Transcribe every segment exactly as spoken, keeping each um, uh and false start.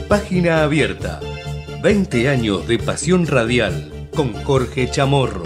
Página Abierta. veinte años de pasión radial con Jorge Chamorro.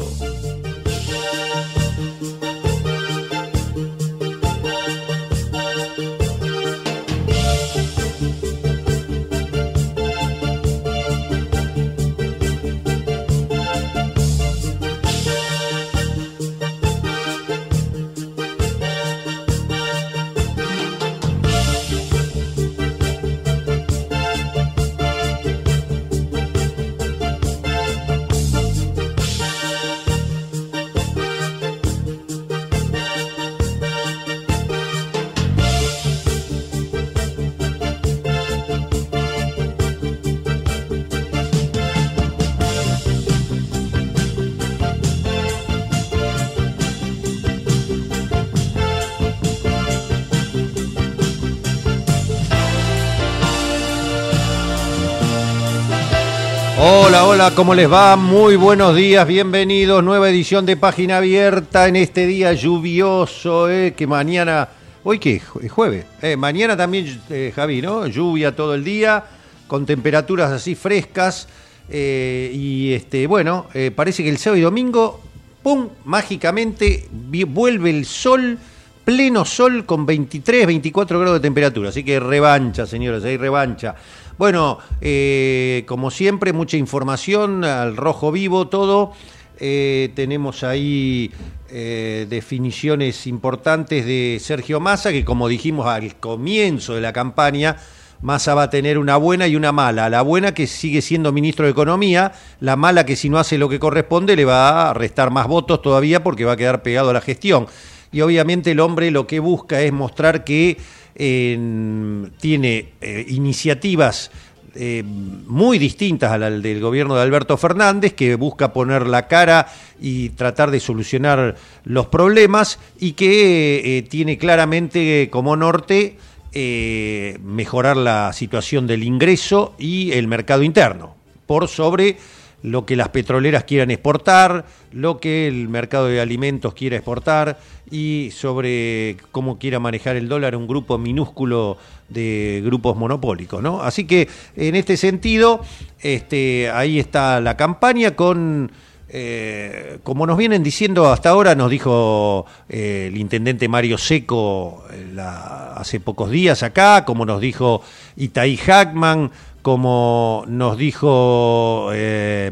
Hola, hola, ¿cómo les va? Muy buenos días, bienvenidos, nueva edición de Página Abierta en este día lluvioso, eh, que mañana, ¿hoy qué? ¿Es jueves? Eh, mañana también, eh, Javi, ¿no? Lluvia todo el día, con temperaturas así frescas, eh, y este, bueno, eh, parece que el sábado y domingo, ¡pum!, mágicamente vi- vuelve el sol, pleno sol con veintitrés, veinticuatro grados de temperatura, así que revancha, señores, hay revancha. Bueno, eh, como siempre, mucha información al rojo vivo, todo. Eh, tenemos ahí eh, definiciones importantes de Sergio Massa, que como dijimos al comienzo de la campaña, Massa va a tener una buena y una mala. La buena que sigue siendo ministro de Economía, la mala que si no hace lo que corresponde le va a restar más votos todavía porque va a quedar pegado a la gestión. Y obviamente el hombre lo que busca es mostrar que Eh, tiene eh, iniciativas eh, muy distintas a la del gobierno de Alberto Fernández, que busca poner la cara y tratar de solucionar los problemas, y que eh, tiene claramente como norte eh, mejorar la situación del ingreso y el mercado interno, por sobre lo que las petroleras quieran exportar, lo que el mercado de alimentos quiera exportar y sobre cómo quiera manejar el dólar un grupo minúsculo de grupos monopólicos, ¿no? Así que en este sentido, este, ahí está la campaña con, eh, como nos vienen diciendo hasta ahora, nos dijo eh, el intendente Mario Seco eh, la, hace pocos días acá, como nos dijo Itaí Hackman, como nos dijo eh,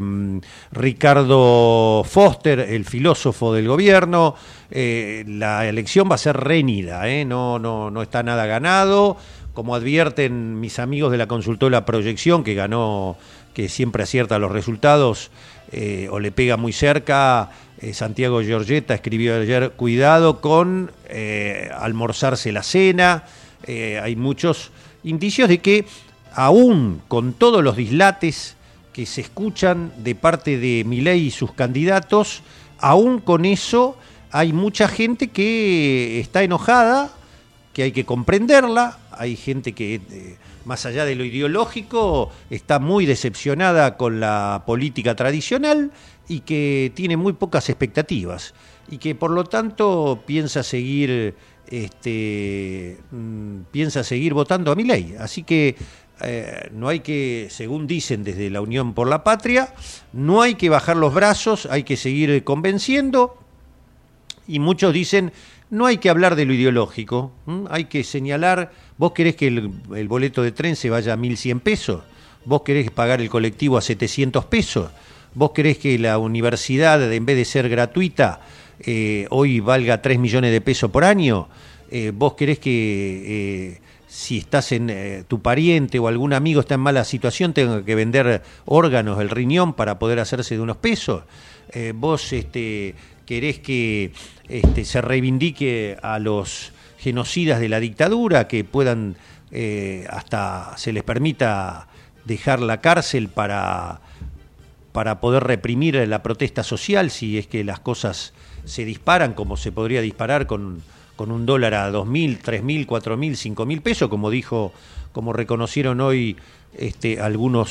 Ricardo Foster, el filósofo del gobierno, eh, la elección va a ser reñida, ¿eh? no, no, no está nada ganado, como advierten mis amigos de la consultora Proyección, que ganó, que siempre acierta los resultados, eh, o le pega muy cerca. eh, Santiago Giorgetta escribió ayer, cuidado con eh, almorzarse la cena. Eh, hay muchos indicios de que aún con todos los dislates que se escuchan de parte de Milei y sus candidatos, aún con eso hay mucha gente que está enojada, que hay que comprenderla, hay gente que, eh, más allá de lo ideológico, está muy decepcionada con la política tradicional y que tiene muy pocas expectativas, y que por lo tanto piensa seguir, este, mm, piensa seguir votando a Milei. Así que Eh, no hay que, según dicen desde la Unión por la Patria, no hay que bajar los brazos, hay que seguir convenciendo, y muchos dicen, no hay que hablar de lo ideológico, ¿m? Hay que señalar, vos querés que el, el boleto de tren se vaya a mil cien pesos, vos querés pagar el colectivo a setecientos pesos, vos querés que la universidad, en vez de ser gratuita, eh, hoy valga tres millones de pesos por año, eh, vos querés que... Eh, si estás en eh, tu pariente o algún amigo está en mala situación, tenga que vender órganos, el riñón, para poder hacerse de unos pesos. Eh, vos este, querés que este, se reivindique a los genocidas de la dictadura, que puedan, eh, hasta se les permita dejar la cárcel para, para poder reprimir la protesta social, si es que las cosas se disparan, como se podría disparar con... con un dólar a dos mil, tres mil, cuatro mil, cinco mil pesos, como dijo, como reconocieron hoy este, algunos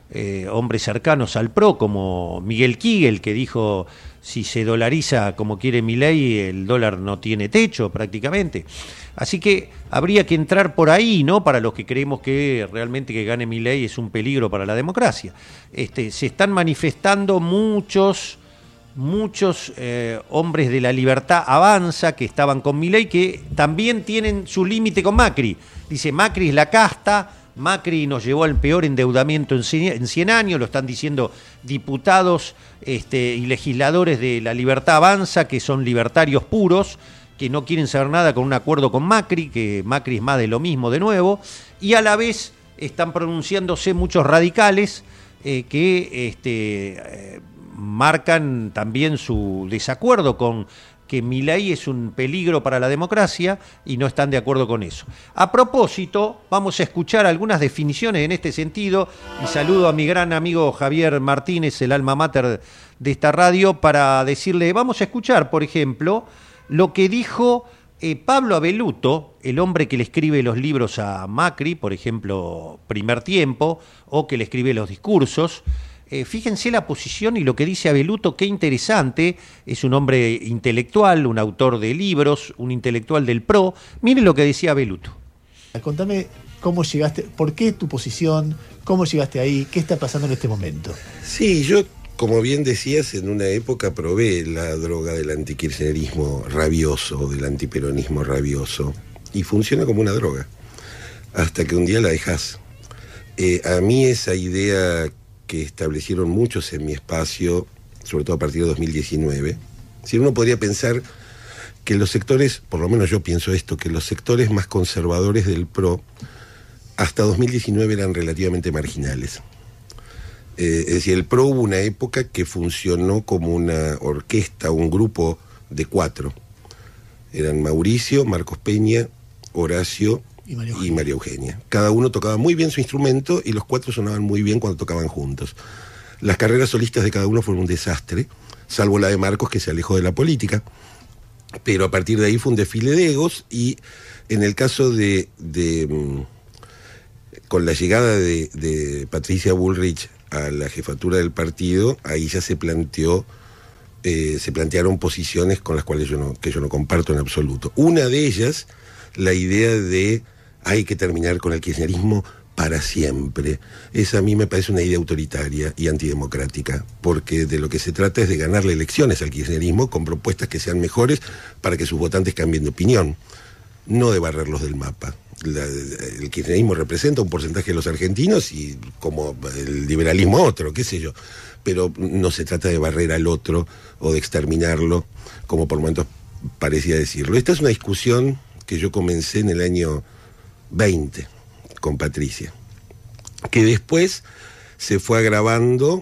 eh, hombres cercanos al P R O, como Miguel Kigel, que dijo, si se dolariza como quiere Milei, el dólar no tiene techo prácticamente. Así que habría que entrar por ahí, ¿no? Para los que creemos que realmente que gane Milei es un peligro para la democracia. Este, se están manifestando muchos, muchos eh, hombres de la Libertad Avanza que estaban con Milei, que también tienen su límite con Macri. Dice, Macri es la casta, Macri nos llevó al peor endeudamiento en cien años, lo están diciendo diputados este, y legisladores de la Libertad Avanza, que son libertarios puros, que no quieren saber nada con un acuerdo con Macri, que Macri es más de lo mismo de nuevo, y a la vez están pronunciándose muchos radicales eh, que este, eh, marcan también su desacuerdo con que Milei es un peligro para la democracia y no están de acuerdo con eso. A propósito, vamos a escuchar algunas definiciones en este sentido y saludo a mi gran amigo Javier Martínez, el alma mater de esta radio, para decirle, vamos a escuchar, por ejemplo, lo que dijo eh, Pablo Avelluto, el hombre que le escribe los libros a Macri, por ejemplo, Primer Tiempo, o que le escribe los discursos. Eh, fíjense la posición y lo que dice Avelluto, qué interesante, es un hombre intelectual, un autor de libros, un intelectual del P R O. Miren lo que decía Avelluto. Contame cómo llegaste, por qué tu posición, cómo llegaste ahí, qué está pasando en este momento. Sí, yo, como bien decías, en una época probé la droga del antikirchnerismo rabioso, del antiperonismo rabioso, y funciona como una droga, hasta que un día la dejás. Eh, a mí esa idea que establecieron muchos en mi espacio, sobre todo a partir de dos mil diecinueve, si uno podría pensar que los sectores, por lo menos yo pienso esto, que los sectores más conservadores del P R O hasta dos mil diecinueve eran relativamente marginales. Eh, es decir, el P R O hubo una época que funcionó como una orquesta, un grupo de cuatro. Eran Mauricio, Marcos Peña, Horacio y María, y María Eugenia. Cada uno tocaba muy bien su instrumento y los cuatro sonaban muy bien cuando tocaban juntos. Las carreras solistas de cada uno fueron un desastre, salvo la de Marcos, que se alejó de la política, pero a partir de ahí fue un desfile de egos. Y en el caso de, de con la llegada de, de Patricia Bullrich a la jefatura del partido, ahí ya se planteó eh, se plantearon posiciones con las cuales yo no, que yo no comparto en absoluto. Una de ellas, la idea de hay que terminar con el kirchnerismo para siempre. Esa a mí me parece una idea autoritaria y antidemocrática, porque de lo que se trata es de ganarle elecciones al kirchnerismo con propuestas que sean mejores para que sus votantes cambien de opinión, no de barrerlos del mapa. La, el kirchnerismo representa un porcentaje de los argentinos y como el liberalismo otro, qué sé yo, pero no se trata de barrer al otro o de exterminarlo, como por momentos parecía decirlo. Esta es una discusión que yo comencé en el año veinte con Patricia, que después se fue agravando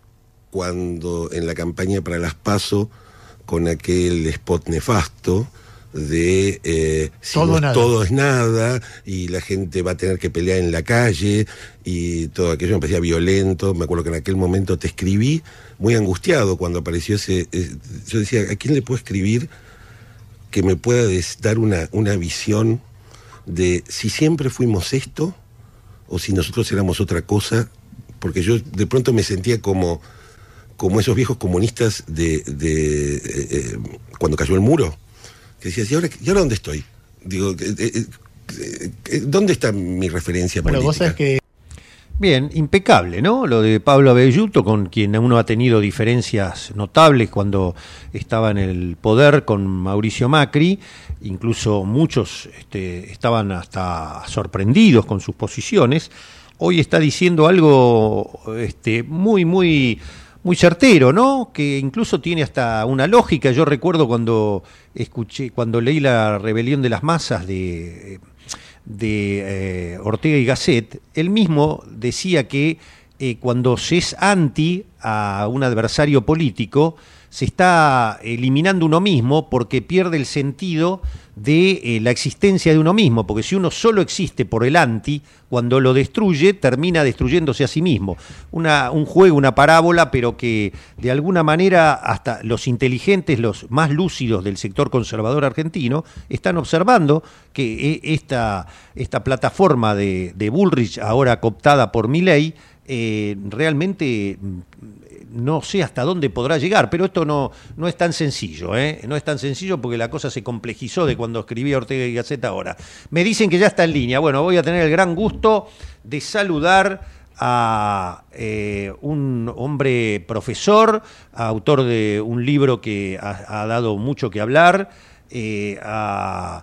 cuando en la campaña para las PASO, con aquel spot nefasto de eh, si todo, no, todo es nada y la gente va a tener que pelear en la calle y todo aquello me parecía violento. Me acuerdo que en aquel momento te escribí muy angustiado cuando apareció ese, eh, yo decía, ¿a quién le puedo escribir que me pueda des, dar una, una visión de si siempre fuimos esto o si nosotros éramos otra cosa? Porque yo de pronto me sentía como, como esos viejos comunistas de, de eh, eh, cuando cayó el muro, que decías, ¿y ahora, ¿y ahora dónde estoy? Digo, eh, eh, eh, ¿dónde está mi referencia bueno, política? Vos sabés que... Bien, impecable, ¿no? Lo de Pablo Avelluto, con quien uno ha tenido diferencias notables cuando estaba en el poder con Mauricio Macri, incluso muchos este, estaban hasta sorprendidos con sus posiciones. Hoy está diciendo algo este, muy, muy... muy certero, ¿no? Que incluso tiene hasta una lógica. Yo recuerdo cuando escuché, cuando leí La rebelión de las masas de, de eh, Ortega y Gasset, él mismo decía que eh, cuando se es anti a un adversario político, se está eliminando uno mismo porque pierde el sentido de eh, la existencia de uno mismo, porque si uno solo existe por el anti, cuando lo destruye, termina destruyéndose a sí mismo. Una, un juego, una parábola, pero que de alguna manera hasta los inteligentes, los más lúcidos del sector conservador argentino, están observando que esta, esta plataforma de, de Bullrich, ahora cooptada por Milei, eh, realmente no sé hasta dónde podrá llegar, pero esto no, no es tan sencillo, ¿eh? No es tan sencillo porque la cosa se complejizó de cuando escribí Ortega y Gasset ahora. Me dicen que ya está en línea. Bueno, voy a tener el gran gusto de saludar a eh, un hombre profesor, autor de un libro que ha, ha dado mucho que hablar, eh, a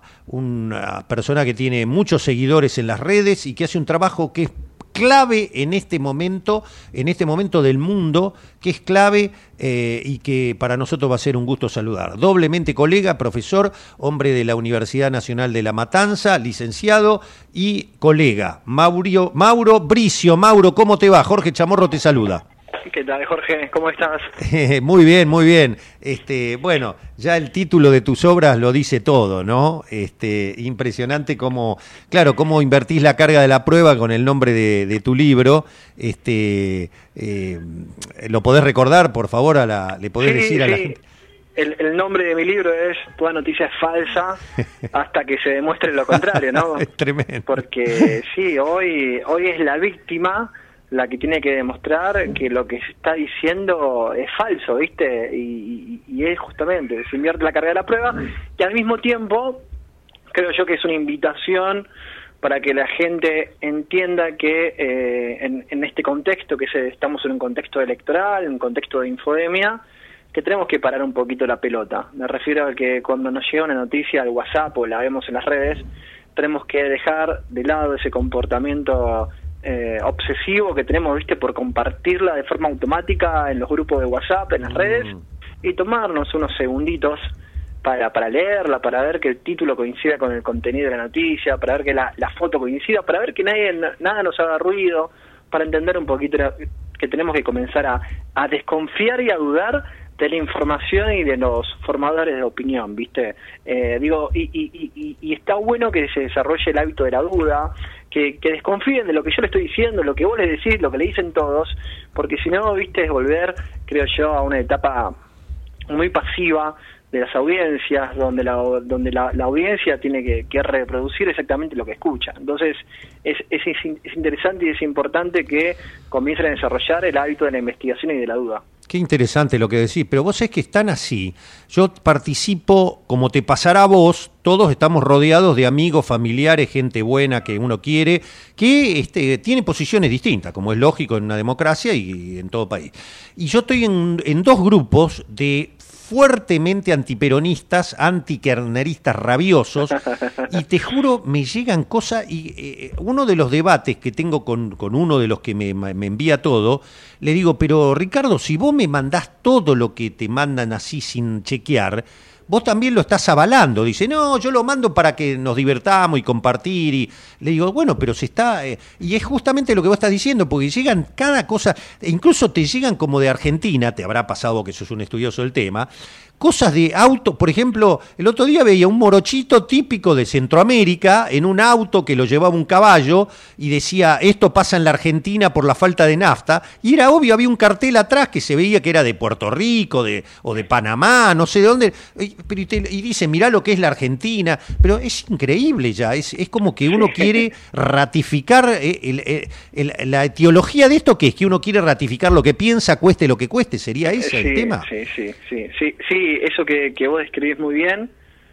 una persona que tiene muchos seguidores en las redes y que hace un trabajo que es clave en este momento, en este momento del mundo, que es clave eh, y que para nosotros va a ser un gusto saludar. Doblemente colega, profesor, hombre de la Universidad Nacional de La Matanza, licenciado y colega, Mauro, Mauro Bricio. Mauro, ¿cómo te va? Jorge Chamorro te saluda. ¿Qué tal, Jorge? ¿Cómo estás? Muy bien, muy bien. Este, bueno, ya el título de tus obras lo dice todo, ¿no? Este, impresionante cómo, claro, cómo invertís la carga de la prueba con el nombre de, de tu libro. Este, eh, ¿lo podés recordar, por favor? A la, ¿le podés sí, decir a sí. la gente? El, el nombre de mi libro es Toda noticia es falsa hasta que se demuestre lo contrario, ¿no? Es tremendo. Porque sí, hoy, hoy es la víctima la que tiene que demostrar que lo que se está diciendo es falso, ¿viste? Y, y, y es justamente, se invierte la carga de la prueba, y al mismo tiempo creo yo que es una invitación para que la gente entienda que eh, en, en este contexto, que se, estamos en un contexto electoral, en un contexto de infodemia, que tenemos que parar un poquito la pelota. Me refiero a que cuando nos llega una noticia al WhatsApp o la vemos en las redes, tenemos que dejar de lado ese comportamiento Eh, obsesivo que tenemos, viste, por compartirla de forma automática en los grupos de WhatsApp, en las redes, y tomarnos unos segunditos para, para leerla, para ver que el título coincida con el contenido de la noticia, para ver que la, la foto coincida, para ver que nadie, nada nos haga ruido, para entender un poquito que tenemos que comenzar a, a desconfiar y a dudar de la información y de los formadores de opinión, ¿viste? Eh, digo, y, y, y, y está bueno que se desarrolle el hábito de la duda, que, que desconfíen de lo que yo le estoy diciendo, lo que vos les decís, lo que le dicen todos, porque si no, ¿viste? Es volver, creo yo, a una etapa muy pasiva de las audiencias, donde la donde la, la audiencia tiene que, que reproducir exactamente lo que escucha. Entonces, es, es, es interesante y es importante que comiencen a desarrollar el hábito de la investigación y de la duda. Qué interesante lo que decís, pero vos sabés que están así. Yo participo, como te pasará a vos, todos estamos rodeados de amigos, familiares, gente buena que uno quiere, que este, tiene posiciones distintas, como es lógico en una democracia y en todo país. Y yo estoy en, en dos grupos de fuertemente antiperonistas, antikerneristas rabiosos, y te juro, me llegan cosas, y eh, uno de los debates que tengo con, con uno de los que me, me envía todo, le digo, pero Ricardo, si vos me mandás todo lo que te mandan así sin chequear, vos también lo estás avalando. Dice, no, yo lo mando para que nos divertamos y compartir. Y le digo, bueno, pero se está... Eh, y es justamente lo que vos estás diciendo, porque llegan cada cosa, e incluso te llegan como de Argentina, te habrá pasado que sos un estudioso del tema, cosas de auto. Por ejemplo, el otro día veía un morochito típico de Centroamérica en un auto que lo llevaba un caballo y decía, esto pasa en la Argentina por la falta de nafta, y era obvio, había un cartel atrás que se veía que era de Puerto Rico de, o de Panamá, no sé de dónde, y, pero, y, te, y dice, mirá lo que es la Argentina, pero es increíble ya, es, es como que uno quiere ratificar el, el, el, la etiología de esto, que es que uno quiere ratificar lo que piensa, cueste lo que cueste, ¿sería ese sí, el tema? Sí, sí, sí, sí, sí. Eso que, que vos describís muy bien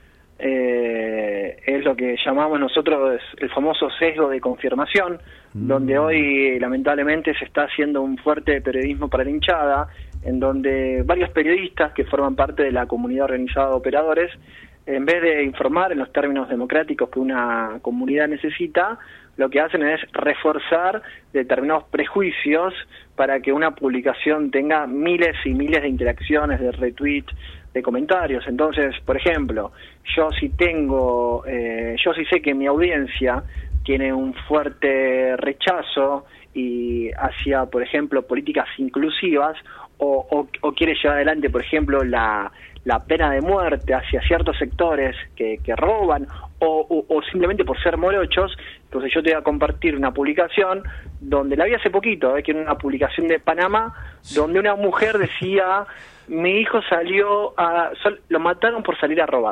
eh, es lo que llamamos nosotros el famoso sesgo de confirmación, mm. donde hoy lamentablemente se está haciendo un fuerte periodismo para la hinchada, en donde varios periodistas que forman parte de la comunidad organizada de operadores, en vez de informar en los términos democráticos que una comunidad necesita, lo que hacen es reforzar determinados prejuicios para que una publicación tenga miles y miles de interacciones, de retweets, de comentarios. Entonces, por ejemplo, yo si tengo, eh, yo si sé que mi audiencia tiene un fuerte rechazo y hacia, por ejemplo, políticas inclusivas, o, o, o quiere llevar adelante, por ejemplo, la, la pena de muerte hacia ciertos sectores que, que roban, o, o, o simplemente por ser morochos, entonces yo te voy a compartir una publicación donde la vi hace poquito, eh, que era una publicación de Panamá, donde una mujer decía, mi hijo salió a, sol, lo mataron por salir a robar.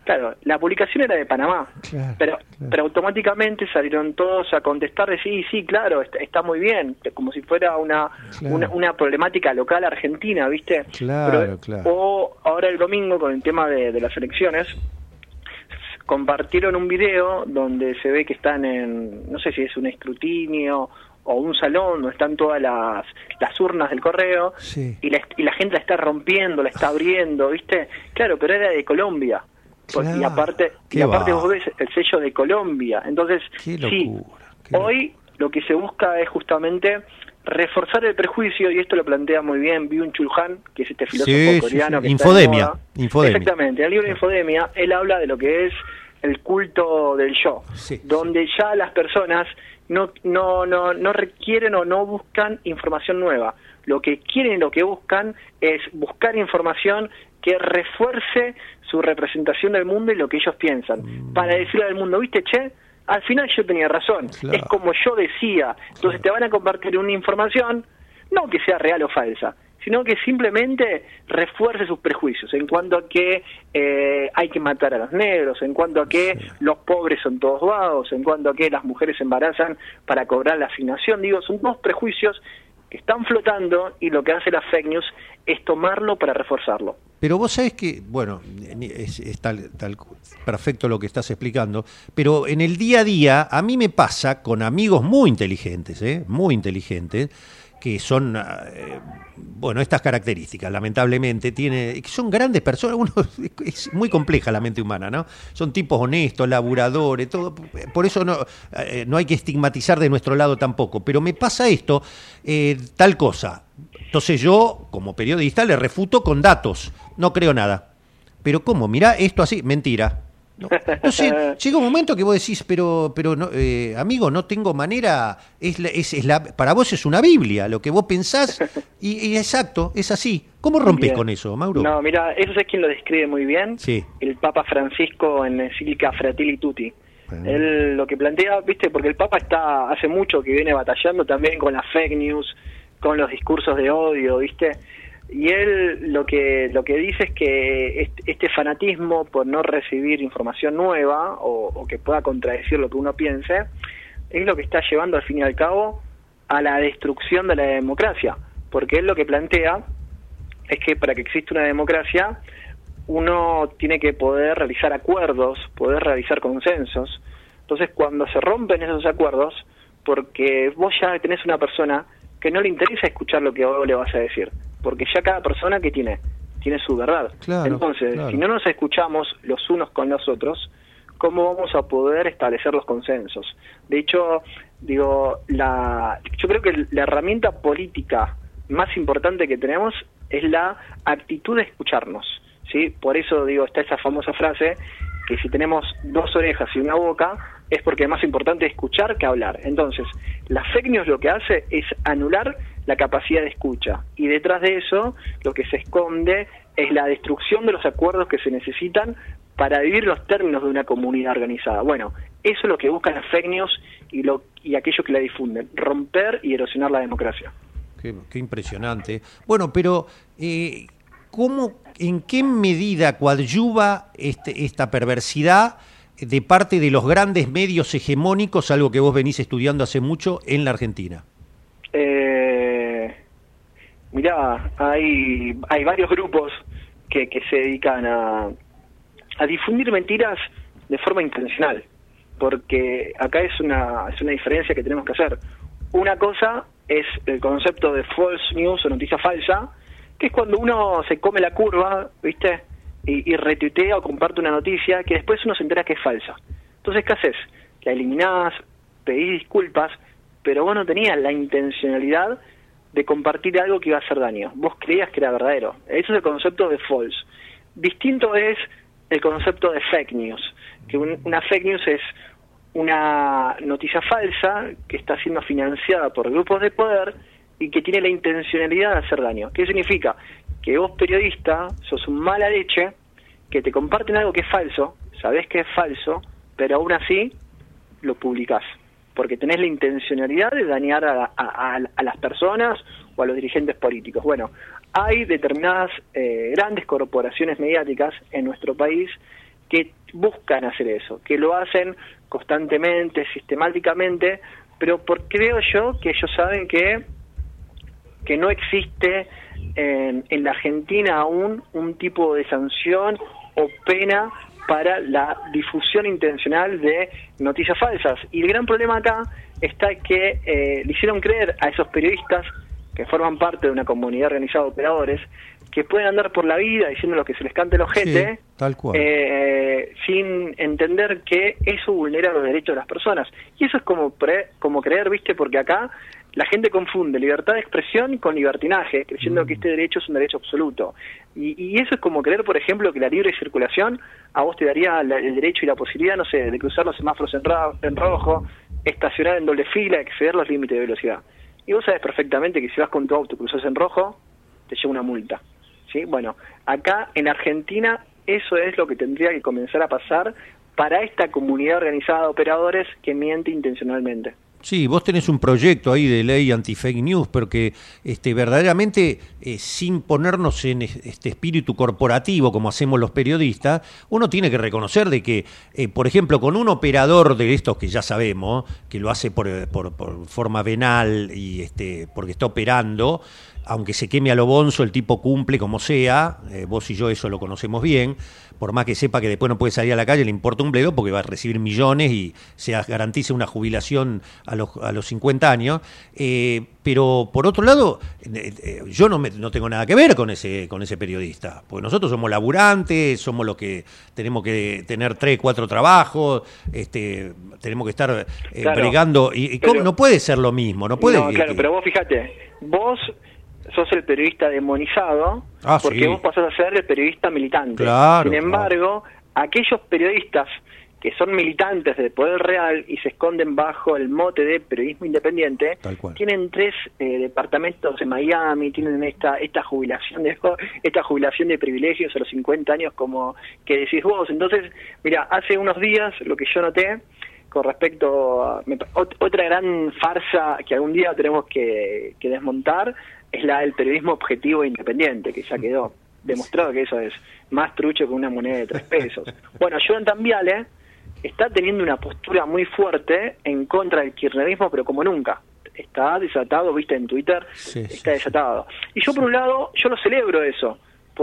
Claro, la publicación era de Panamá, Claro, pero claro. pero automáticamente salieron todos a contestar de sí, sí, claro, está, está muy bien, como si fuera una, Claro. una una problemática local argentina, ¿viste? Claro, Pero- claro. O ahora el domingo con el tema de, de las elecciones, compartieron un video donde se ve que están en, no sé si es un escrutinio o un salón donde están todas las, las urnas del correo, Sí. y, la, y la gente la está rompiendo, la está abriendo, ¿viste? Claro, pero era de Colombia. Por- Claro, y aparte, qué y aparte va. vos ves el sello de Colombia. Entonces, Qué sí, locura, qué hoy lo que se busca es justamente reforzar el prejuicio, y esto lo plantea muy bien Byung-Chul Han, que es este filósofo Sí, sí, coreano sí. que está Infodemia, de moda. Infodemia. Exactamente, en el libro Infodemia, él habla de lo que es el culto del yo, Sí, donde ya las personas no, no, no, no requieren o no buscan información nueva. Lo que quieren y lo que buscan es buscar información que refuerce su representación del mundo y lo que ellos piensan, Mm. para decirle al mundo, ¿viste, che? Al final yo tenía razón, Claro. es como yo decía. Entonces te van a compartir una información, no que sea real o falsa, sino que simplemente refuerce sus prejuicios en cuanto a que eh, hay que matar a los negros, en cuanto a que los pobres son todos vagos, en cuanto a que las mujeres se embarazan para cobrar la asignación. Digo, son dos prejuicios que están flotando, y lo que hace la fake news es tomarlo para reforzarlo. Pero vos sabés que, bueno, ni- es, es tal, tal perfecto lo que estás explicando, pero en el día a día a mí me pasa con amigos muy inteligentes, ¿eh? muy inteligentes, que son, eh, bueno, estas características, lamentablemente, tiene, que son grandes personas. Uno, es muy compleja la mente humana, ¿no? Son tipos honestos, laburadores, todo. Por eso no, eh, no hay que estigmatizar de nuestro lado tampoco. Pero me pasa esto, eh, tal cosa. Entonces yo, como periodista, le refuto con datos. No creo nada. Pero ¿cómo? Mirá esto así, mentira. No, no sé, llega un momento que vos decís, pero, pero no, eh, amigo, no tengo manera, es la, es, es la, para vos es una Biblia, lo que vos pensás, y, y exacto, es así. ¿Cómo rompés Bien. con eso, Mauro? No, mira, eso es quien lo describe muy bien, Sí. el Papa Francisco en la encíclica Fratelli Tutti. Bueno. Él lo que plantea, viste, porque el Papa está hace mucho que viene batallando también con las fake news, con los discursos de odio, viste, y él lo que lo que dice es que este, este fanatismo por no recibir información nueva o, o que pueda contradecir lo que uno piense es lo que está llevando al fin y al cabo a la destrucción de la democracia, porque él lo que plantea es que para que exista una democracia uno tiene que poder realizar acuerdos, poder realizar consensos. Entonces cuando se rompen esos acuerdos, porque vos ya tenés una persona que no le interesa escuchar lo que vos le vas a decir, porque ya cada persona que tiene tiene su verdad. Claro, Entonces, claro. si no nos escuchamos los unos con los otros, ¿cómo vamos a poder establecer los consensos? De hecho, digo, la yo creo que la herramienta política más importante que tenemos es la actitud de escucharnos, ¿sí? Por eso, digo, está esa famosa frase que si tenemos dos orejas y una boca, es porque es más importante escuchar que hablar. Entonces, la fake news lo que hace es anular la capacidad de escucha, y detrás de eso lo que se esconde es la destrucción de los acuerdos que se necesitan para vivir los términos de una comunidad organizada. Bueno, eso es lo que buscan las fake news y, lo, y aquellos que la difunden, romper y erosionar la democracia. Qué, qué impresionante. Bueno, pero eh, ¿cómo, en qué medida coadyuva este, esta perversidad de parte de los grandes medios hegemónicos, algo que vos venís estudiando hace mucho en la Argentina? Eh, mirá, hay, hay varios grupos que, que se dedican a, a difundir mentiras de forma intencional, porque acá es una, es una diferencia que tenemos que hacer. Una cosa es el concepto de false news o noticia falsa, que es cuando uno se come la curva, ¿viste? Y, y retuitea o comparte una noticia que después uno se entera que es falsa. Entonces, ¿qué haces? La eliminás, pedís disculpas, pero vos no tenías la intencionalidad de compartir algo que iba a hacer daño. Vos creías que era verdadero. Eso es el concepto de false. Distinto es el concepto de fake news, que un, una fake news es una noticia falsa que está siendo financiada por grupos de poder y que tiene la intencionalidad de hacer daño. ¿Qué significa? Que vos, periodista, sos un mala leche, que te comparten algo que es falso, sabés que es falso, pero aún así lo publicás, porque tenés la intencionalidad de dañar a, a, a las personas o a los dirigentes políticos. Bueno, hay determinadas eh, grandes corporaciones mediáticas en nuestro país que buscan hacer eso, que lo hacen constantemente, sistemáticamente, pero por, creo yo que ellos saben que, que no existe en, en la Argentina aún un tipo de sanción o pena para la difusión intencional de noticias falsas. Y el gran problema acá está que eh, le hicieron creer a esos periodistas que forman parte de una comunidad organizada de operadores, que pueden andar por la vida diciendo lo que se les cante el ojete, sí, tal cual. Eh, sin entender que eso vulnera los derechos de las personas. Y eso es como, pre, como creer, ¿viste? Porque acá la gente confunde libertad de expresión con libertinaje, creyendo mm. que este derecho es un derecho absoluto. Y, y eso es como creer, por ejemplo, que la libre circulación a vos te daría la, el derecho y la posibilidad, no sé, de cruzar los semáforos en, ra, en rojo, estacionar en doble fila, exceder los límites de velocidad. Y vos sabés perfectamente que si vas con tu auto y cruzás en rojo, te lleva una multa. ¿Sí? Bueno, acá en Argentina eso es lo que tendría que comenzar a pasar para esta comunidad organizada de operadores que miente intencionalmente. Sí, vos tenés un proyecto ahí de ley anti-fake news, pero que este, verdaderamente, eh, sin ponernos en este espíritu corporativo como hacemos los periodistas, uno tiene que reconocer de que, eh, por ejemplo, con un operador de estos que ya sabemos, que lo hace por, por, por forma venal y este, porque está operando, aunque se queme a lo bonzo, el tipo cumple como sea, eh, vos y yo eso lo conocemos bien, por más que sepa que después no puede salir a la calle, le importa un bledo porque va a recibir millones y se garantiza una jubilación a los, a los cincuenta años, eh, pero por otro lado, eh, eh, yo no, me, no tengo nada que ver con ese, con ese periodista, porque nosotros somos laburantes, somos los que tenemos que tener tres, cuatro trabajos, este, tenemos que estar eh, claro, bregando, y, y pero, no puede ser lo mismo, no puede... No, claro, que, pero vos fíjate, vos... sos el periodista demonizado, ah, porque sí. vos pasás a ser el periodista militante. Claro, Sin embargo, claro. aquellos periodistas que son militantes del poder real y se esconden bajo el mote de periodismo independiente, tienen tres eh, departamentos en Miami, tienen esta esta jubilación de esta jubilación de privilegios a los cincuenta años, como que decís vos. Entonces, mira, hace unos días lo que yo noté con respecto a me, ot, otra gran farsa que algún día tenemos que, que desmontar es la del periodismo objetivo e independiente, que ya quedó demostrado que eso es más trucho que una moneda de tres pesos. Bueno, Jonathan Viale está teniendo una postura muy fuerte en contra del kirchnerismo, pero como nunca. Está desatado, viste, en Twitter, sí, está sí, desatado. Y yo, por un lado, yo lo celebro eso,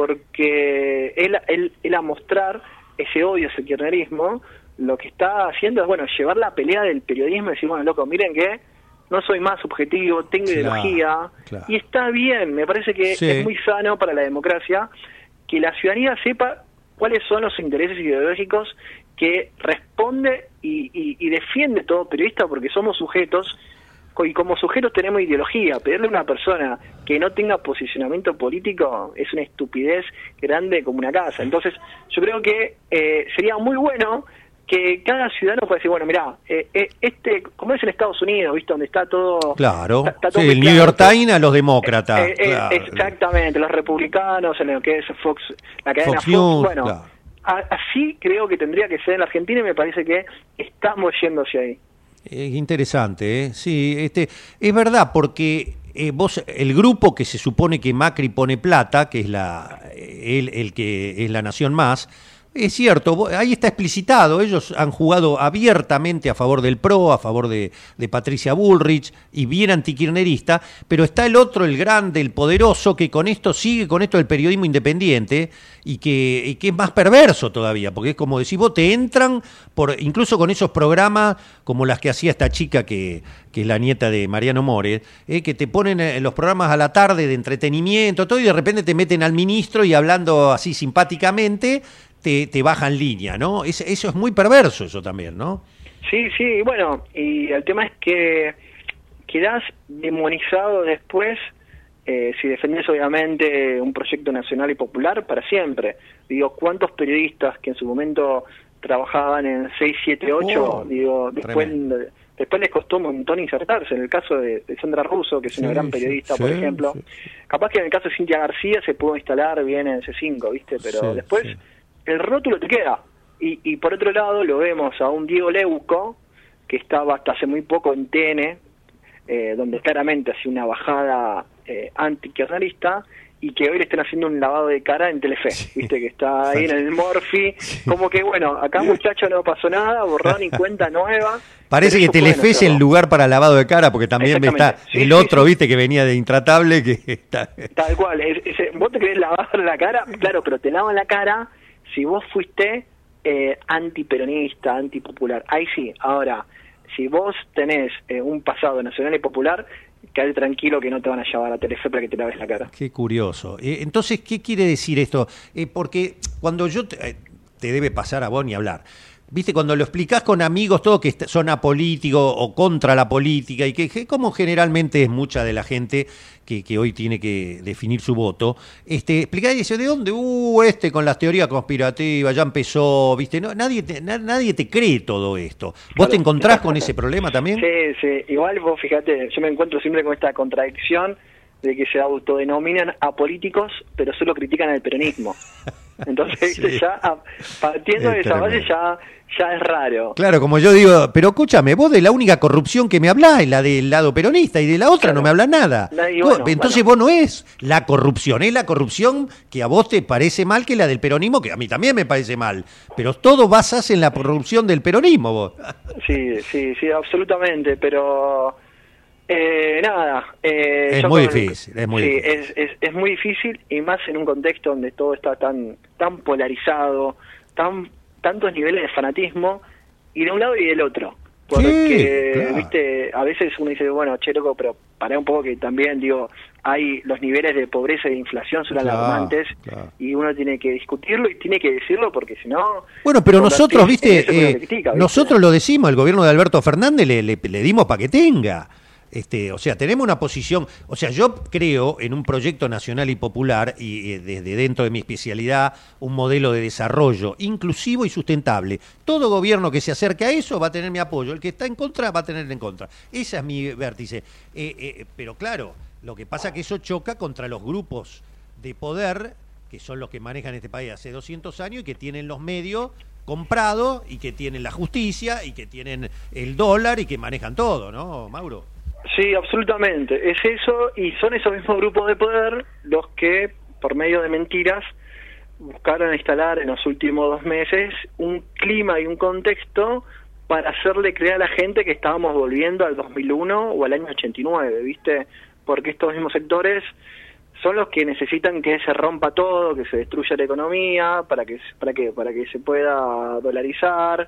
porque él, él, él a mostrar ese odio, ese kirchnerismo, lo que está haciendo es, bueno, llevar la pelea del periodismo y decir, bueno, loco, miren que no soy más subjetivo, tengo claro, ideología, claro. y está bien, me parece que sí. es muy sano para la democracia que la ciudadanía sepa cuáles son los intereses ideológicos que responde y, y, y defiende todo periodista, porque somos sujetos, y como sujetos tenemos ideología. Pedirle a una persona que no tenga posicionamiento político es una estupidez grande como una casa. Entonces, yo creo que eh, sería muy bueno que cada ciudadano pueda decir, bueno, mirá, eh, eh, este, como es en Estados Unidos, ¿viste? Donde está todo... Claro, está, está todo sí, el New York Times a los demócratas. Eh, eh, claro. Exactamente, los republicanos, en lo que es Fox, la cadena Fox, Fox, News, bueno, claro. a, así creo que tendría que ser en la Argentina y me parece que estamos yendo hacia ahí. Es interesante, ¿eh? Sí, este, es verdad, porque... Eh, vos, el grupo que se supone que Macri pone plata, que es la el, el que es La Nación Más, es cierto, ahí está explicitado, ellos han jugado abiertamente a favor del P R O, a favor de, de Patricia Bullrich, y bien antikirchnerista, pero está el otro, el grande, el poderoso, que con esto sigue, con esto del periodismo independiente, y que, y que es más perverso todavía, porque es como decís vos, te entran, por incluso con esos programas como las que hacía esta chica que, que es la nieta de Mariano More, eh, que te ponen en los programas a la tarde de entretenimiento, todo, y de repente te meten al ministro y hablando así simpáticamente, Te, te bajan línea, ¿no? Es, eso es muy perverso, eso también, ¿no? Sí, sí, bueno, y el tema es que quedás demonizado después eh, si defendés obviamente un proyecto nacional y popular para siempre. Digo, ¿cuántos periodistas que en su momento trabajaban en seis siete ocho, oh, digo, después, después les costó un montón insertarse? En el caso de, de Sandra Russo, que es sí, una gran periodista, sí, por ejemplo, sí. capaz que en el caso de Cintia García se pudo instalar bien en C cinco, ¿viste? Pero sí, después... Sí. el rótulo te queda. Y, y por otro lado lo vemos a un Diego Leuco, que estaba hasta hace muy poco en T N, eh, donde claramente hacía una bajada eh, antikirchnerista, y que hoy le estén haciendo un lavado de cara en Telefe, sí. Viste que está ahí en el Morphy, sí. Como que bueno, acá muchacho no pasó nada, borrón y cuenta nueva. Parece que Telefe es el lugar para lavado de cara, porque también está sí, el sí, otro, sí. Viste, que venía de Intratable, que está... Tal cual, es, es, vos te querés lavar la cara, claro, pero te lavan la cara si vos fuiste eh, antiperonista, antipopular, ahí sí. Ahora, si vos tenés eh, un pasado nacional y popular, quedate tranquilo que no te van a llevar a Telefe para que te laves la cara. Qué curioso. Eh, entonces, ¿qué quiere decir esto? Eh, porque cuando yo... Te, eh, te debe pasar a vos ni hablar. Viste, cuando lo explicás con amigos, todos que son apolíticos o contra la política, y que, que como generalmente es mucha de la gente que, que hoy tiene que definir su voto, este, explicás y dice, ¿de dónde? Uh, este con las teorías conspirativas, ya empezó, viste, no, nadie te, na, nadie te cree todo esto. ¿Vos claro, te encontrás con ese problema también? Sí, sí, igual vos fíjate, yo me encuentro siempre con esta contradicción de que se autodenominan apolíticos, pero solo critican el peronismo. Entonces, sí. Ya partiendo es de esa base ya, ya es raro. Claro, como yo digo, pero escúchame, vos de la única corrupción que me hablás es la del lado peronista y de la otra claro. No me hablas nada. Nadie, vos, bueno, entonces bueno. Vos no es la corrupción, es la corrupción que a vos te parece mal que la del peronismo, que a mí también me parece mal. Pero todo basás en la corrupción del peronismo vos. Sí, sí, sí, absolutamente, pero... Eh, nada. Eh, es, muy con, difícil, es muy sí, difícil. Es, es, es muy difícil y más en un contexto donde todo está tan tan polarizado, tan tantos niveles de fanatismo y de un lado y del otro. Porque, sí, claro. Viste, a veces uno dice, bueno, che, loco, pero pará un poco que también, digo, hay los niveles de pobreza y de inflación son claro, alarmantes claro. Y uno tiene que discutirlo y tiene que decirlo porque si no... Bueno, pero nosotros, viste, eh, critica, ¿viste? Nosotros lo decimos, el gobierno de Alberto Fernández le, le, le dimos para que tenga... Este, o sea, tenemos una posición, o sea, yo creo en un proyecto nacional y popular y eh, desde dentro de mi especialidad un modelo de desarrollo inclusivo y sustentable. Todo gobierno que se acerque a eso va a tener mi apoyo, el que está en contra va a tener en contra. Esa es mi vértice. Eh, eh, pero claro, lo que pasa es que eso choca contra los grupos de poder que son los que manejan este país hace doscientos años y que tienen los medios comprados y que tienen la justicia y que tienen el dólar y que manejan todo, ¿no, Mauro? Sí, absolutamente. Es eso, y son esos mismos grupos de poder los que, por medio de mentiras, buscaron instalar en los últimos dos meses un clima y un contexto para hacerle creer a la gente que estábamos volviendo al dos mil uno o al año ochenta y nueve, ¿viste? Porque estos mismos sectores son los que necesitan que se rompa todo, que se destruya la economía, para que para que para que se pueda dolarizar.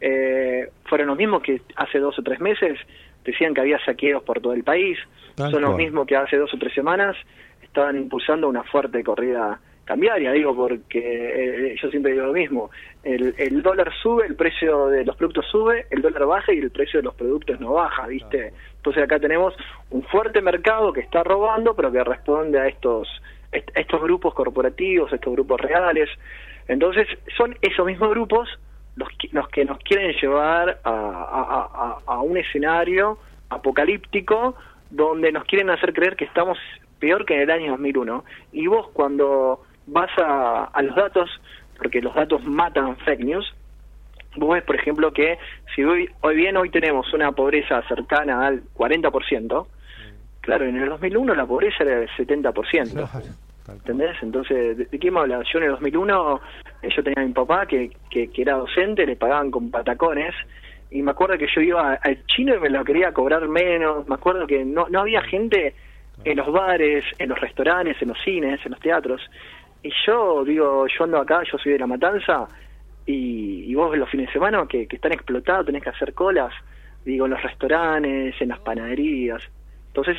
Eh, fueron los mismos que hace dos o tres meses decían que había saqueos por todo el país. Tal son cual. Los mismos que hace dos o tres semanas estaban impulsando una fuerte corrida cambiaria, digo, porque eh, yo siempre digo lo mismo, el, el dólar sube, el precio de los productos sube, el dólar baja y el precio de los productos no baja, ¿viste? Claro. Entonces acá tenemos un fuerte mercado que está robando, pero que responde a estos, est estos grupos corporativos, estos grupos reales. Entonces son esos mismos grupos los que, los que nos quieren llevar a, a, a, a un escenario apocalíptico donde nos quieren hacer creer que estamos peor que en el año dos mil uno. Y vos cuando vas a, a los datos, porque los datos matan fake news, vos ves, por ejemplo, que si hoy, hoy bien hoy tenemos una pobreza cercana al cuarenta por ciento, claro, en el dos mil uno la pobreza era del setenta por ciento. ¿Entendés? Entonces, ¿de, de qué me hablas? Yo en el dos mil uno, eh, yo tenía a mi papá que, que, que era docente, le pagaban con patacones, y me acuerdo que yo iba al chino y me lo quería cobrar menos, me acuerdo que no, no había gente en los bares, en los restaurantes, en los cines, en los teatros, y yo digo, yo ando acá, yo soy de La Matanza, y, y vos ves los fines de semana que, que están explotados, tenés que hacer colas, digo, en los restaurantes, en las panaderías. Entonces,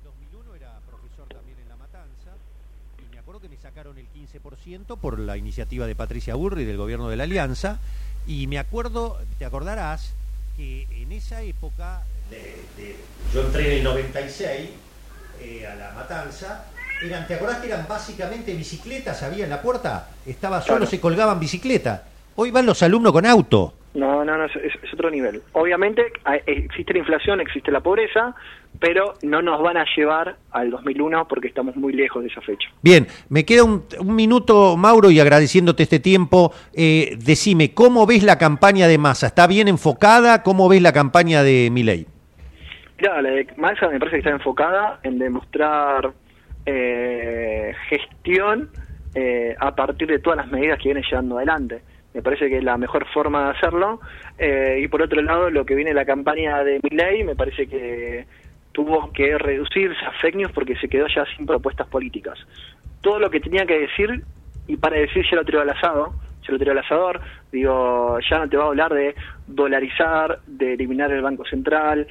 que me sacaron el quince por ciento por la iniciativa de Patricia Burri del gobierno de la Alianza, y me acuerdo, te acordarás, que en esa época, de, de, yo entré en el noventa y seis eh, a La Matanza, eran, ¿te acordás que eran básicamente bicicletas? Había en la puerta, estaba solo, claro. Se colgaban bicicletas. Hoy van los alumnos con auto. No, no, no, es, es otro nivel. Obviamente existe la inflación, existe la pobreza, pero no nos van a llevar al dos mil uno porque estamos muy lejos de esa fecha. Bien, me queda un, un minuto, Mauro, y agradeciéndote este tiempo, eh, decime, ¿cómo ves la campaña de Massa? ¿Está bien enfocada? ¿Cómo ves la campaña de Milei? Mirá, la de Massa me parece que está enfocada en demostrar eh, gestión eh, a partir de todas las medidas que viene llevando adelante. Me parece que es la mejor forma de hacerlo. Eh, y por otro lado, lo que viene la campaña de Milei, me parece que tuvo que reducirse a fake news porque se quedó ya sin propuestas políticas. Todo lo que tenía que decir, y para decir ya lo tiró al asado, ya lo tiró al asador, digo, ya no te va a hablar de dolarizar, de eliminar el Banco Central,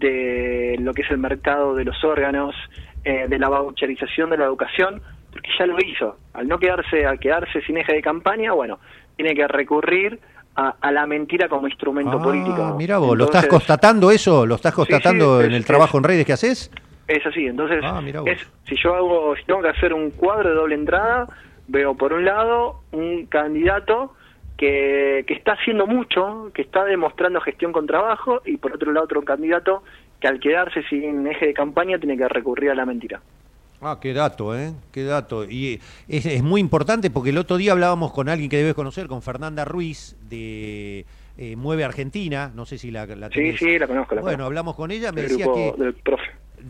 de lo que es el mercado de los órganos, eh, de la voucherización de la educación, porque ya lo hizo. Al no quedarse, al quedarse sin eje de campaña, bueno, tiene que recurrir a, a la mentira como instrumento ah, político. Mira vos, Entonces, ¿lo estás constatando eso? ¿Lo estás constatando sí, sí, en es, el trabajo es, en redes que haces? Es así, entonces, ah, es, si yo hago, si tengo que hacer un cuadro de doble entrada, veo por un lado un candidato que, que está haciendo mucho, que está demostrando gestión con trabajo, y por otro lado otro candidato que al quedarse sin eje de campaña tiene que recurrir a la mentira. Ah, qué dato, ¿eh? Qué dato. Y es, es muy importante porque el otro día hablábamos con alguien que debes conocer, con Fernanda Ruiz, de eh, Mueve Argentina, no sé si la, la tenés. Sí, sí, la conozco. La bueno, conozco. hablamos con ella, me del decía grupo, que... del profe.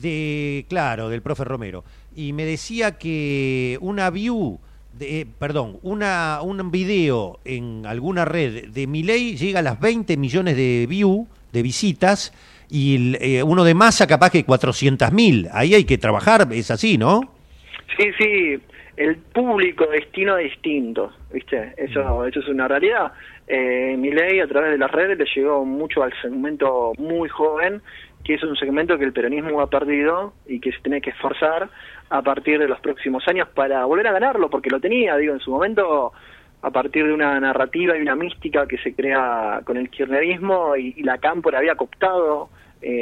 De, claro, del profe Romero. Y me decía que una view, de, eh, perdón, una un video en alguna red de Milei llega a las veinte millones de view, de visitas, y el, eh, uno de Massa capaz que cuatrocientos mil. Ahí hay que trabajar, es así, ¿no? Sí, sí, el público destino es distinto, ¿viste? Eso, eso es una realidad. Eh, Milei a través de las redes le llegó mucho al segmento muy joven, que es un segmento que el peronismo ha perdido y que se tiene que esforzar a partir de los próximos años para volver a ganarlo, porque lo tenía, digo, en su momento, a partir de una narrativa y una mística que se crea con el kirchnerismo, y, y la Cámpora había cooptado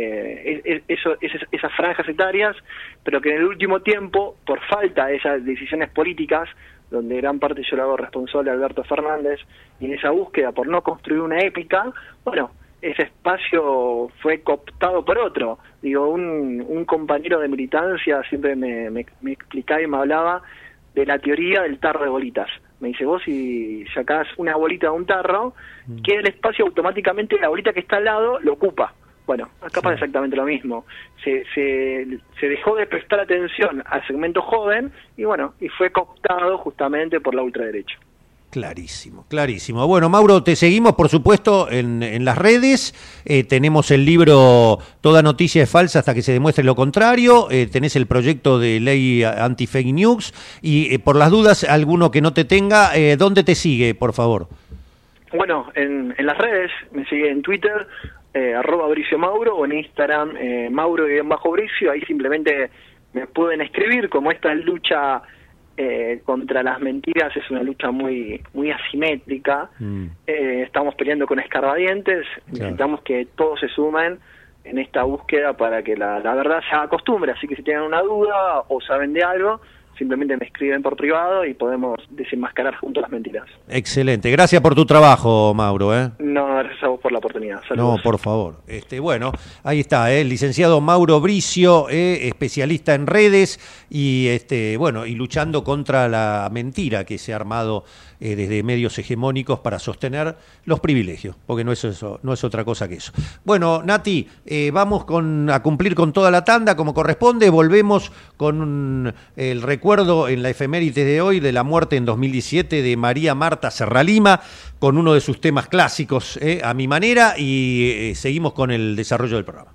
eh, es, eso, esas, esas franjas etarias, pero que en el último tiempo, por falta de esas decisiones políticas, donde gran parte yo lo hago responsable a Alberto Fernández, y en esa búsqueda por no construir una épica, bueno, ese espacio fue cooptado por otro. Digo, un, un compañero de militancia siempre me, me, me explicaba y me hablaba de la teoría del tarro de bolitas. Me dice, vos si sacás una bolita de un tarro, mm. queda el espacio automáticamente, la bolita que está al lado lo ocupa. Bueno, acá pasa sí. exactamente lo mismo. Se, se, se dejó de prestar atención al segmento joven y bueno, y fue cooptado justamente por la ultraderecha. Clarísimo, clarísimo. Bueno, Mauro, te seguimos, por supuesto, en, en las redes. Eh, tenemos el libro Toda noticia es falsa hasta que se demuestre lo contrario. Eh, tenés el proyecto de ley anti-fake news. Y eh, por las dudas, alguno que no te tenga, eh, ¿dónde te sigue, por favor? Bueno, en, en las redes, me sigue en Twitter, eh, arroba Bricio Mauro, o en Instagram, eh, Mauro-Bricio. Ahí simplemente me pueden escribir, como esta lucha... Eh, contra las mentiras es una lucha muy muy asimétrica. Mm. Eh, estamos peleando con escarbadientes, claro. Necesitamos que todos se sumen en esta búsqueda para que la, la verdad se haga costumbre. Así que si tienen una duda o saben de algo, simplemente me escriben por privado y podemos desenmascarar juntos las mentiras. Excelente, gracias por tu trabajo, Mauro. ¿eh? No, gracias a vos por la oportunidad. Saludos. No, por favor. Este, bueno, ahí está, ¿eh? el licenciado Mauro Bricio, ¿eh? especialista en redes y este, bueno, y luchando contra la mentira que se ha armado eh, desde medios hegemónicos para sostener los privilegios, porque no es eso, no es otra cosa que eso. Bueno, Nati, eh, vamos con, a cumplir con toda la tanda como corresponde. Volvemos con un, el recuerdo en la efeméride de hoy de la muerte en dos mil diecisiete de María Marta Serralima, con uno de sus temas clásicos, eh, a mi manera, y eh, seguimos con el desarrollo del programa.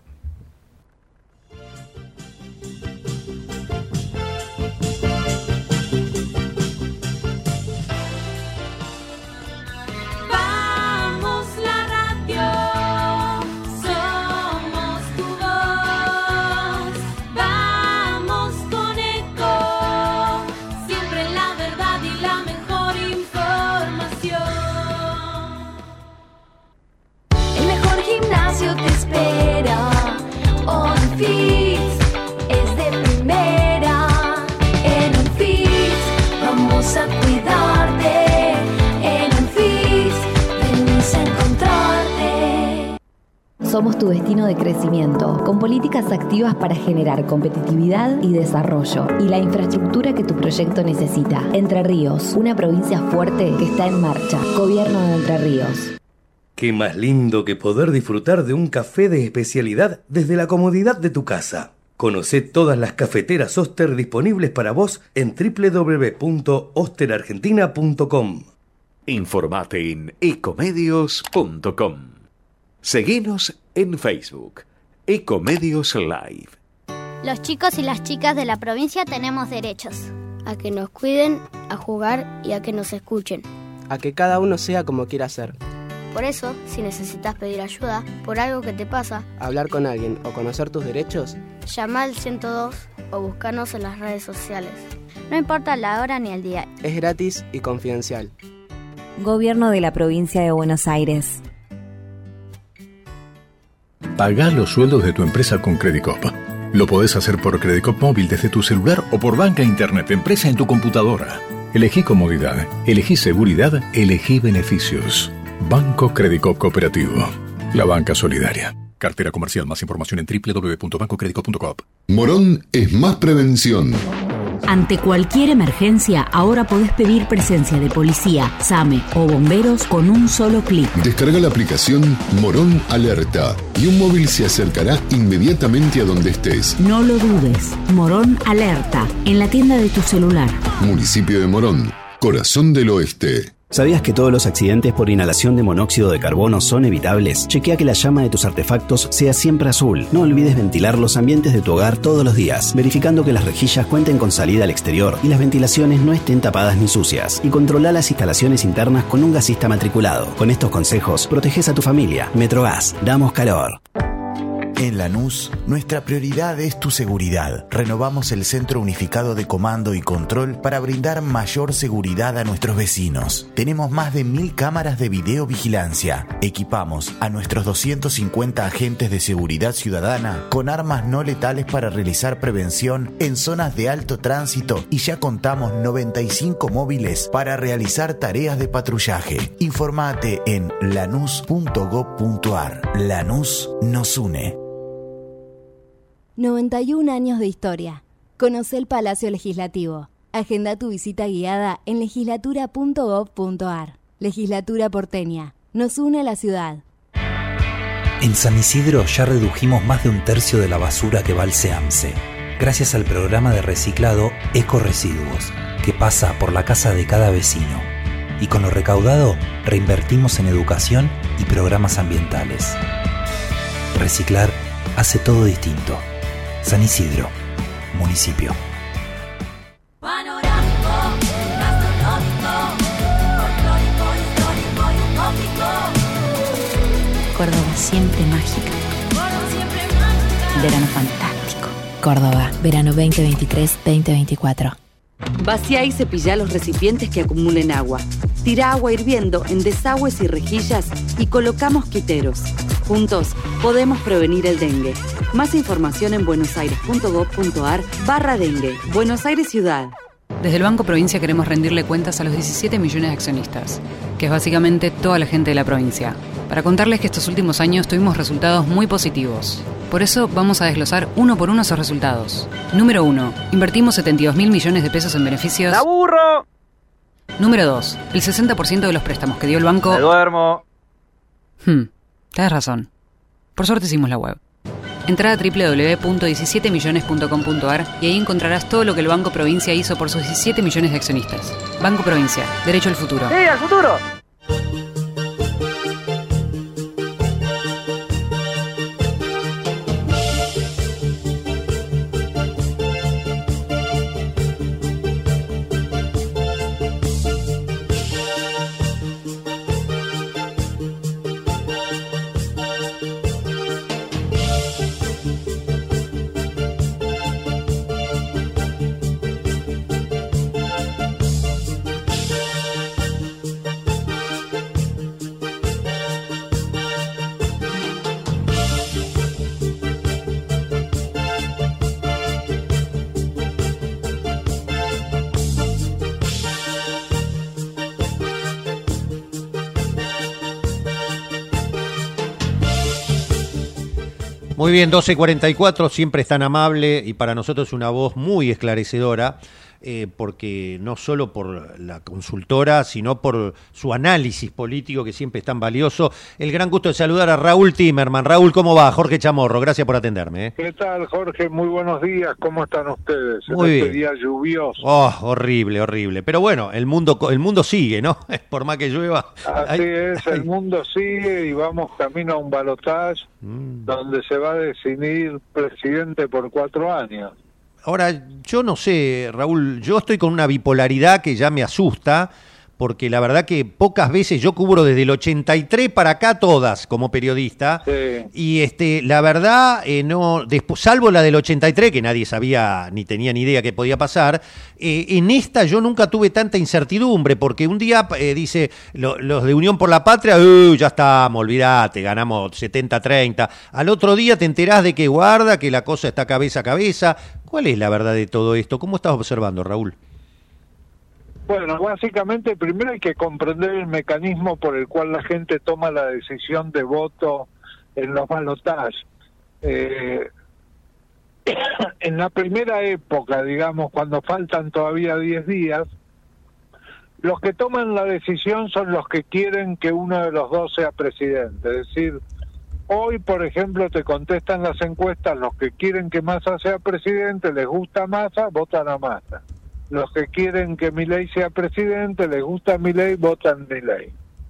Te espera, OnFit es de primera. En OnFit vamos a cuidarte. En OnFit venimos a encontrarte. Somos tu destino de crecimiento, con políticas activas para generar competitividad y desarrollo, y la infraestructura que tu proyecto necesita. Entre Ríos, una provincia fuerte que está en marcha. Gobierno de Entre Ríos. Qué más lindo que poder disfrutar de un café de especialidad desde la comodidad de tu casa. Conocé todas las cafeteras Oster disponibles para vos en doble u doble u doble u punto oster argentina punto com. Informate en ecomedios punto com. Seguinos en Facebook, Ecomedios Live. Los chicos y las chicas de la provincia tenemos derechos. A que nos cuiden, a jugar y a que nos escuchen. A que cada uno sea como quiera ser. Por eso, si necesitas pedir ayuda por algo que te pasa, hablar con alguien o conocer tus derechos, llama al ciento dos o búscanos en las redes sociales. No importa la hora ni el día. Es gratis y confidencial. Gobierno de la Provincia de Buenos Aires. Pagá los sueldos de tu empresa con Credicop. Lo podés hacer por Credicop móvil desde tu celular o por banca internet empresa en tu computadora. Elegí comodidad, elegí seguridad, elegí beneficios. Banco Credicop Cooperativo. La banca solidaria. Cartera comercial. Más información en doble u doble u doble u punto banco credicop punto com. Morón es más prevención. Ante cualquier emergencia, ahora podés pedir presencia de policía, SAME o bomberos con un solo clic. Descarga la aplicación Morón Alerta y un móvil se acercará inmediatamente a donde estés. No lo dudes. Morón Alerta, en la tienda de tu celular. Municipio de Morón, corazón del oeste. ¿Sabías que todos los accidentes por inhalación de monóxido de carbono son evitables? Chequea que la llama de tus artefactos sea siempre azul. No olvides ventilar los ambientes de tu hogar todos los días, verificando que las rejillas cuenten con salida al exterior y las ventilaciones no estén tapadas ni sucias. Y controla las instalaciones internas con un gasista matriculado. Con estos consejos, proteges a tu familia. Metrogas, damos calor. En Lanús, nuestra prioridad es tu seguridad. Renovamos el Centro Unificado de Comando y Control para brindar mayor seguridad a nuestros vecinos. Tenemos más de mil cámaras de videovigilancia. Equipamos a nuestros doscientos cincuenta agentes de seguridad ciudadana con armas no letales para realizar prevención en zonas de alto tránsito y ya contamos noventa y cinco móviles para realizar tareas de patrullaje. Informate en lanús punto gob punto ar. Lanús nos une. noventa y un años de historia. Conoce el Palacio Legislativo. Agenda tu visita guiada en legislatura punto gob punto ar. Legislatura porteña. Nos une a la ciudad. En San Isidro ya redujimos más de un tercio de la basura que va al SEAMSE, gracias al programa de reciclado Ecoresiduos, que pasa por la casa de cada vecino. Y con lo recaudado, reinvertimos en educación y programas ambientales. Reciclar hace todo distinto. San Isidro, municipio. Panorámico, gastronómico, folclórico, histórico y utópico. Córdoba siempre mágica. Córdoba siempre mágica. Verano fantástico. Córdoba, verano veinte veintitrés veinte veinticuatro. Vacía y cepilla los recipientes que acumulen agua. Tira agua hirviendo en desagües y rejillas y coloca mosquiteros. Juntos podemos prevenir el dengue. Más información en buenosaires punto gob punto ar barra dengue. Buenos Aires Ciudad. Desde el Banco Provincia queremos rendirle cuentas a los diecisiete millones de accionistas, que es básicamente toda la gente de la provincia, para contarles que estos últimos años tuvimos resultados muy positivos. Por eso vamos a desglosar uno por uno esos resultados. Número uno. Invertimos setenta y dos mil millones de pesos en beneficios. ¡La burro! Número dos. El sesenta por ciento de los préstamos que dio el banco... ¡Me duermo! Hmm, tenés razón. Por suerte hicimos la web. Entrá a doble u doble u doble u punto diecisiete millones punto com punto ar y ahí encontrarás todo lo que el Banco Provincia hizo por sus diecisiete millones de accionistas. Banco Provincia, derecho al futuro. ¡Sí, al futuro! Muy bien, doce cuarenta y cuatro, siempre es tan amable y para nosotros una voz muy esclarecedora. eh, porque no solo por la consultora, sino por su análisis político que siempre es tan valioso. El gran gusto de saludar a Raúl Timerman. Raúl, ¿cómo va? Jorge Chamorro, gracias por atenderme. ¿eh? ¿Qué tal, Jorge? Muy buenos días. ¿Cómo están ustedes? Muy en bien. Este día lluvioso. Oh, horrible, horrible. Pero bueno, el mundo, el mundo sigue, ¿no? Por más que llueva. Así hay, es, hay... el mundo sigue y vamos camino a un balotaje mm. donde se va a definir presidente por cuatro años. Ahora, yo no sé, Raúl, yo estoy con una bipolaridad que ya me asusta, porque la verdad que pocas veces yo cubro desde el ochenta y tres para acá todas como periodista, sí. y este la verdad, eh, no después, salvo la del ochenta y tres, que nadie sabía ni tenía ni idea qué podía pasar, eh, en esta yo nunca tuve tanta incertidumbre, porque un día eh, dice, lo, los de Unión por la Patria, uh, ya estamos, olvidate, ganamos setenta a treinta, al otro día te enterás de que guarda, que la cosa está cabeza a cabeza. ¿Cuál es la verdad de todo esto? ¿Cómo estás observando, Raúl? Bueno, básicamente primero hay que comprender el mecanismo por el cual la gente toma la decisión de voto en los balotajes. Eh, en la primera época, digamos, cuando faltan todavía diez días, los que toman la decisión son los que quieren que uno de los dos sea presidente. Es decir, hoy, por ejemplo, te contestan las encuestas, los que quieren que Massa sea presidente, les gusta Massa, votan a Massa. Los que quieren que Milei sea presidente, les gusta Milei, votan Milei.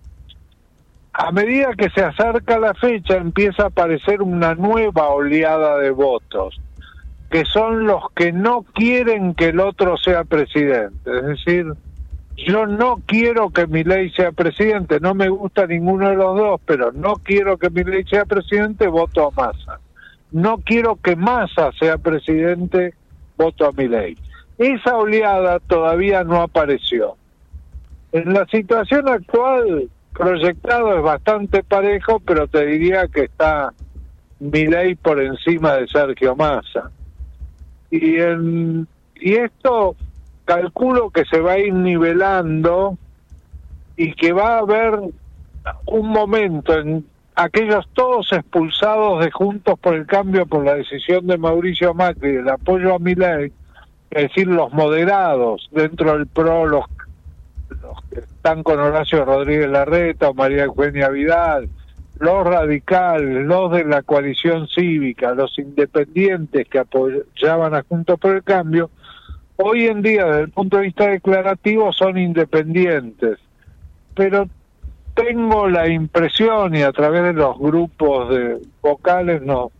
A medida que se acerca la fecha, empieza a aparecer una nueva oleada de votos, que son los que no quieren que el otro sea presidente. Es decir, yo no quiero que Milei sea presidente, no me gusta ninguno de los dos, pero no quiero que Milei sea presidente, voto a Massa. No quiero que Massa sea presidente, voto a Milei. Esa oleada todavía no apareció. En la situación actual, proyectado es bastante parejo, pero te diría que está Milei por encima de Sergio Massa. Y, en, y esto calculo que se va a ir nivelando y que va a haber un momento en aquellos todos expulsados de Juntos por el Cambio por la decisión de Mauricio Macri del apoyo a Milei, es decir, los moderados dentro del P R O, los, los que están con Horacio Rodríguez Larreta o María Eugenia Vidal, los radicales, los de la coalición cívica, los independientes que apoyaban a Juntos por el Cambio, hoy en día desde el punto de vista declarativo son independientes, pero tengo la impresión, y a través de los grupos de vocales no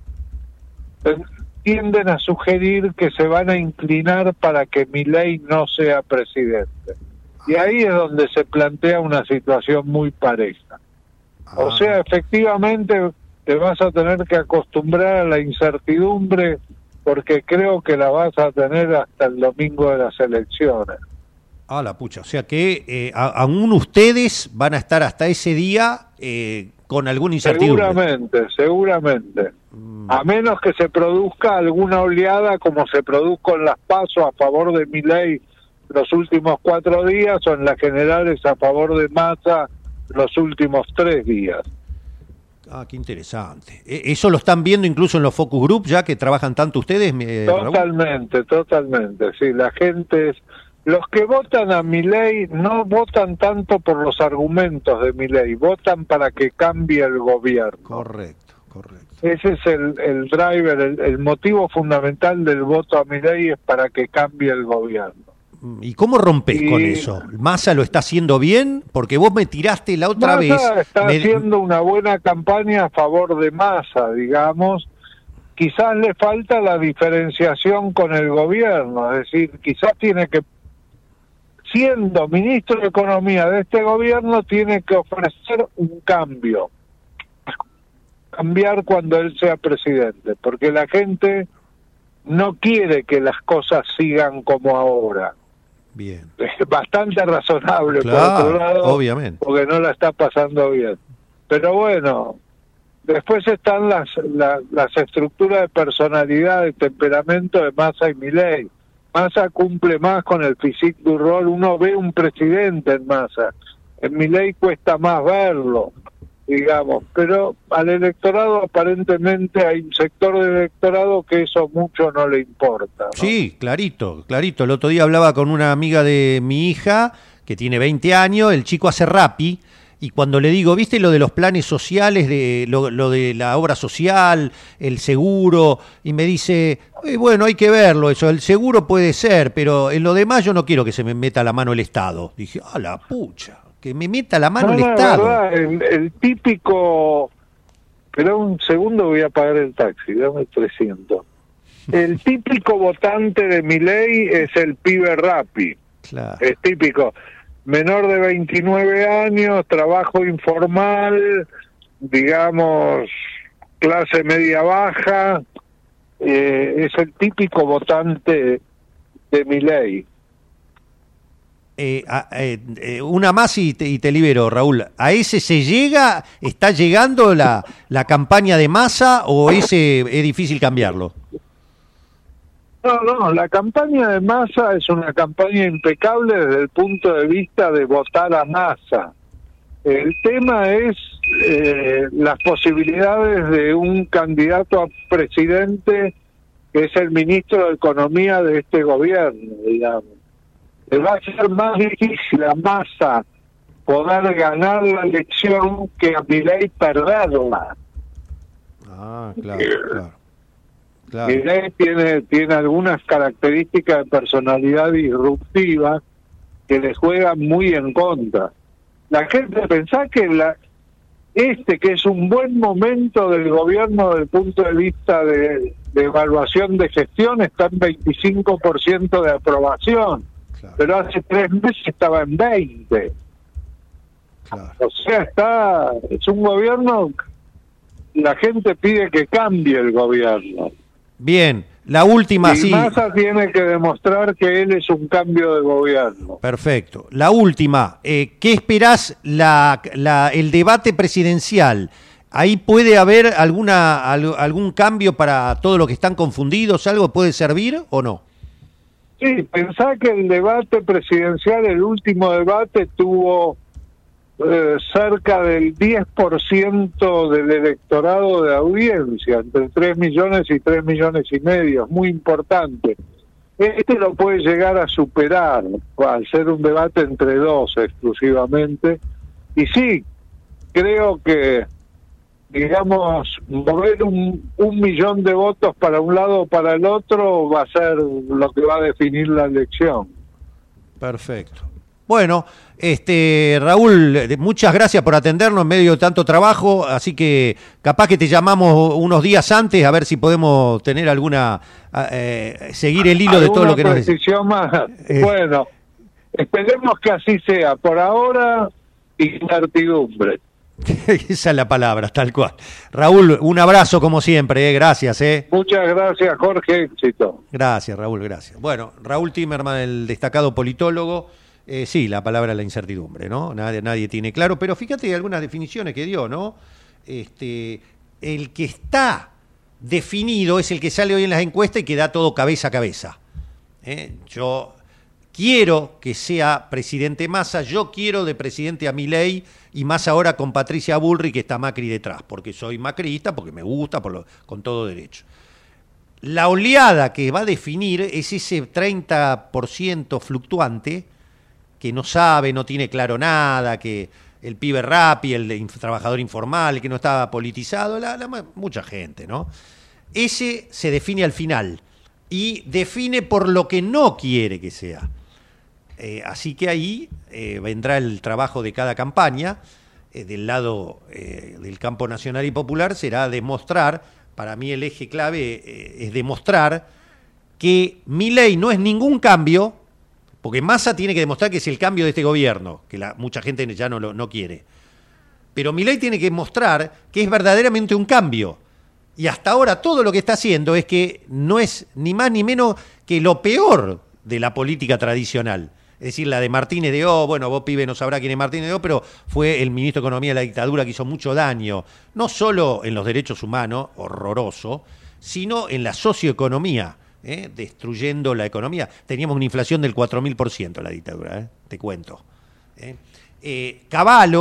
tienden a sugerir que se van a inclinar para que Milei no sea presidente. Y ahí es donde se plantea una situación muy pareja. O sea, efectivamente te vas a tener que acostumbrar a la incertidumbre, porque creo que la vas a tener hasta el domingo de las elecciones. Ah, la pucha. O sea que eh, a, aún ustedes van a estar hasta ese día eh, con alguna incertidumbre. Seguramente, seguramente. Mm. A menos que se produzca alguna oleada como se produjo en las PASO a favor de Milei los últimos cuatro días o en las generales a favor de Massa los últimos tres días. Ah, qué interesante. ¿Eso lo están viendo incluso en los focus group ya que trabajan tanto ustedes? Eh, totalmente, Raúl? totalmente. Sí, la gente es... Los que votan a Milei no votan tanto por los argumentos de Milei, votan para que cambie el gobierno. Correcto, correcto. Ese es el, el driver, el, el motivo fundamental del voto a Milei es para que cambie el gobierno. ¿Y cómo rompes y... con eso? ¿Massa lo está haciendo bien? Porque vos me tiraste la otra Massa vez... está me... haciendo una buena campaña a favor de Massa, digamos. Quizás le falta la diferenciación con el gobierno, es decir, quizás tiene que... siendo ministro de Economía de este gobierno, tiene que ofrecer un cambio. Cambiar cuando él sea presidente, porque la gente no quiere que las cosas sigan como ahora. Bien. Es bastante razonable, claro, por otro lado, obviamente, porque no la está pasando bien. Pero bueno, después están las, las, las estructuras de personalidad, de temperamento de Massa y Milei. Massa cumple más con el physique du rôle, uno ve un presidente en Massa, en Milei cuesta más verlo, digamos, pero al electorado aparentemente hay un sector del electorado que eso mucho no le importa, ¿no? Sí, clarito, clarito. El otro día hablaba con una amiga de mi hija que tiene veinte años, el chico hace Rappi, y cuando le digo, ¿viste lo de los planes sociales, de lo, lo de la obra social, el seguro? Y me dice, eh, bueno, hay que verlo eso, el seguro puede ser, pero en lo demás yo no quiero que se me meta la mano el Estado. Dije, ah, la pucha, que me meta la mano No, el no, Estado. verdad, el, el típico... Pero un segundo voy a pagar el taxi, dame trescientos. El típico votante de Milei es el pibe Rappi. Claro. Es típico. Menor de veintinueve años, trabajo informal, digamos, clase media baja, eh, es el típico votante de Milei. Eh, a, eh, eh, una más y te, y te libero, Raúl. ¿A ese se llega, está llegando la, la campaña de Massa o ese es difícil cambiarlo? No, no, la campaña de Massa es una campaña impecable desde el punto de vista de votar a Massa. El tema es eh, las posibilidades de un candidato a presidente que es el ministro de Economía de este gobierno, digamos. Le va a ser más difícil a Massa poder ganar la elección que a Milei perderla. Ah, claro, claro. claro. Milei tiene, tiene algunas características de personalidad disruptiva que le juegan muy en contra. La gente pensá que la, este, que es un buen momento del gobierno desde el punto de vista de, de evaluación de gestión, está en veinticinco por ciento de aprobación, claro. Pero hace tres meses estaba en veinte. Claro. O sea, está es un gobierno, la gente pide que cambie el gobierno. Bien, la última, y sí. Massa tiene que demostrar que él es un cambio de gobierno. Perfecto. La última, eh, ¿qué esperás la, la, el debate presidencial? ¿Ahí puede haber alguna al, algún cambio para todos los que están confundidos? ¿Algo puede servir o no? Sí, pensá que el debate presidencial, el último debate, tuvo eh, cerca del diez por ciento del electorado de audiencia, entre tres millones y tres millones y medio, muy importante. Este lo puede llegar a superar, al ser un debate entre dos exclusivamente, y sí, creo que, digamos, mover un, un millón de votos para un lado o para el otro va a ser lo que va a definir la elección. Perfecto. Bueno, este Raúl, muchas gracias por atendernos en medio de tanto trabajo, así que capaz que te llamamos unos días antes a ver si podemos tener alguna, eh, seguir el hilo de todo lo que nos decís. Más. Eh. Bueno, esperemos que así sea. Por ahora, incertidumbre. Esa es la palabra, tal cual. Raúl, un abrazo como siempre, eh, gracias. Eh. Muchas gracias, Jorge, éxito. Gracias, Raúl, gracias. Bueno, Raúl Timerman, el destacado politólogo. Eh, sí, la palabra la incertidumbre, ¿no? Nadie, nadie tiene claro, pero fíjate algunas definiciones que dio, ¿no? Este, el que está definido es el que sale hoy en las encuestas y que da todo cabeza a cabeza. ¿Eh? Yo quiero que sea presidente Massa, yo quiero de presidente a Milei y más ahora con Patricia Bullrich que está Macri detrás, porque soy macrista, porque me gusta, por lo, con todo derecho. La oleada que va a definir es ese treinta por ciento fluctuante que no sabe, no tiene claro nada, que el pibe Rappi, el inf- trabajador informal, que no estaba politizado, la, la, mucha gente, ¿no? Ese se define al final y define por lo que no quiere que sea. Eh, así que ahí eh, vendrá el trabajo de cada campaña, eh, del lado eh, del campo nacional y popular, será demostrar, para mí el eje clave eh, es demostrar que Milei no es ningún cambio, porque Massa tiene que demostrar que es el cambio de este gobierno, que la, mucha gente ya no lo no quiere. Pero Milei tiene que mostrar que es verdaderamente un cambio. Y hasta ahora todo lo que está haciendo es que no es ni más ni menos que lo peor de la política tradicional. Es decir, la de Martínez de O, bueno, vos pibe no sabrá quién es Martínez de O, pero fue el ministro de Economía de la dictadura que hizo mucho daño, no solo en los derechos humanos, horroroso, sino en la socioeconomía. ¿Eh? Destruyendo la economía. Teníamos una inflación del cuatro mil por ciento en la dictadura, ¿eh? Te cuento. ¿Eh? Eh, Cavallo,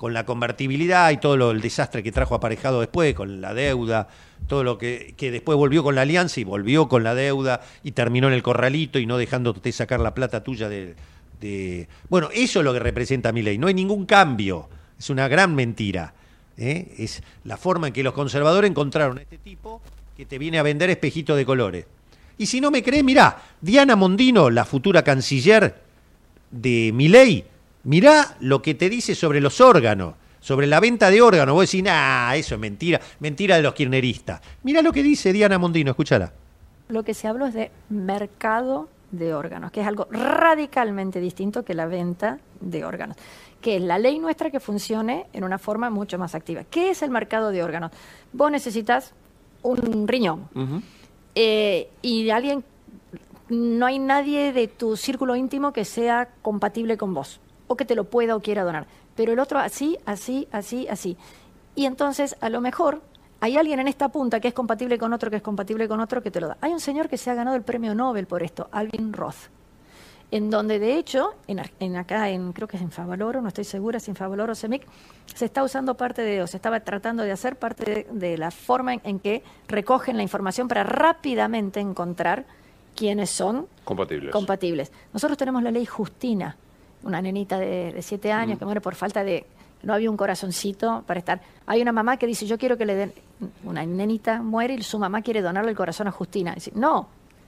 con la convertibilidad y todo lo, el desastre que trajo aparejado después, con la deuda, todo lo que, que después volvió con la alianza y volvió con la deuda y terminó en el corralito y no dejándote sacar la plata tuya de... de... Bueno, eso es lo que representa Milei. No hay ningún cambio. Es una gran mentira. ¿eh? Es la forma en que los conservadores encontraron a este tipo que te viene a vender espejitos de colores. Y si no me crees, mirá, Diana Mondino, la futura canciller de Milei, mirá lo que te dice sobre los órganos. Sobre la venta de órganos, vos decís, nah, eso es mentira, mentira de los kirchneristas. Mirá lo que dice Diana Mondino, escúchala. Lo que se habló es de mercado de órganos, que es algo radicalmente distinto que la venta de órganos, que es la ley nuestra que funcione en una forma mucho más activa. ¿Qué es el mercado de órganos? Vos necesitas un riñón uh-huh. eh, y de alguien, no hay nadie de tu círculo íntimo que sea compatible con vos, o que te lo pueda o quiera donar. Pero el otro así, así, así, así. Y entonces, a lo mejor, hay alguien en esta punta que es compatible con otro, que es compatible con otro, que te lo da. Hay un señor que se ha ganado el premio Nobel por esto, Alvin Roth, en donde, de hecho, en, en acá, en creo que es en Favaloro, no estoy segura si en Favaloro o CEMIC, se está usando parte de, o se estaba tratando de hacer parte de, de la forma en, en que recogen la información para rápidamente encontrar quiénes son compatibles. compatibles. Nosotros tenemos la ley Justina, una nenita de, de siete años mm. que muere por falta de... No había un corazoncito para estar... Hay una mamá que dice, yo quiero que le den... Una nenita muere y su mamá quiere donarle el corazón a Justina. Dice, no,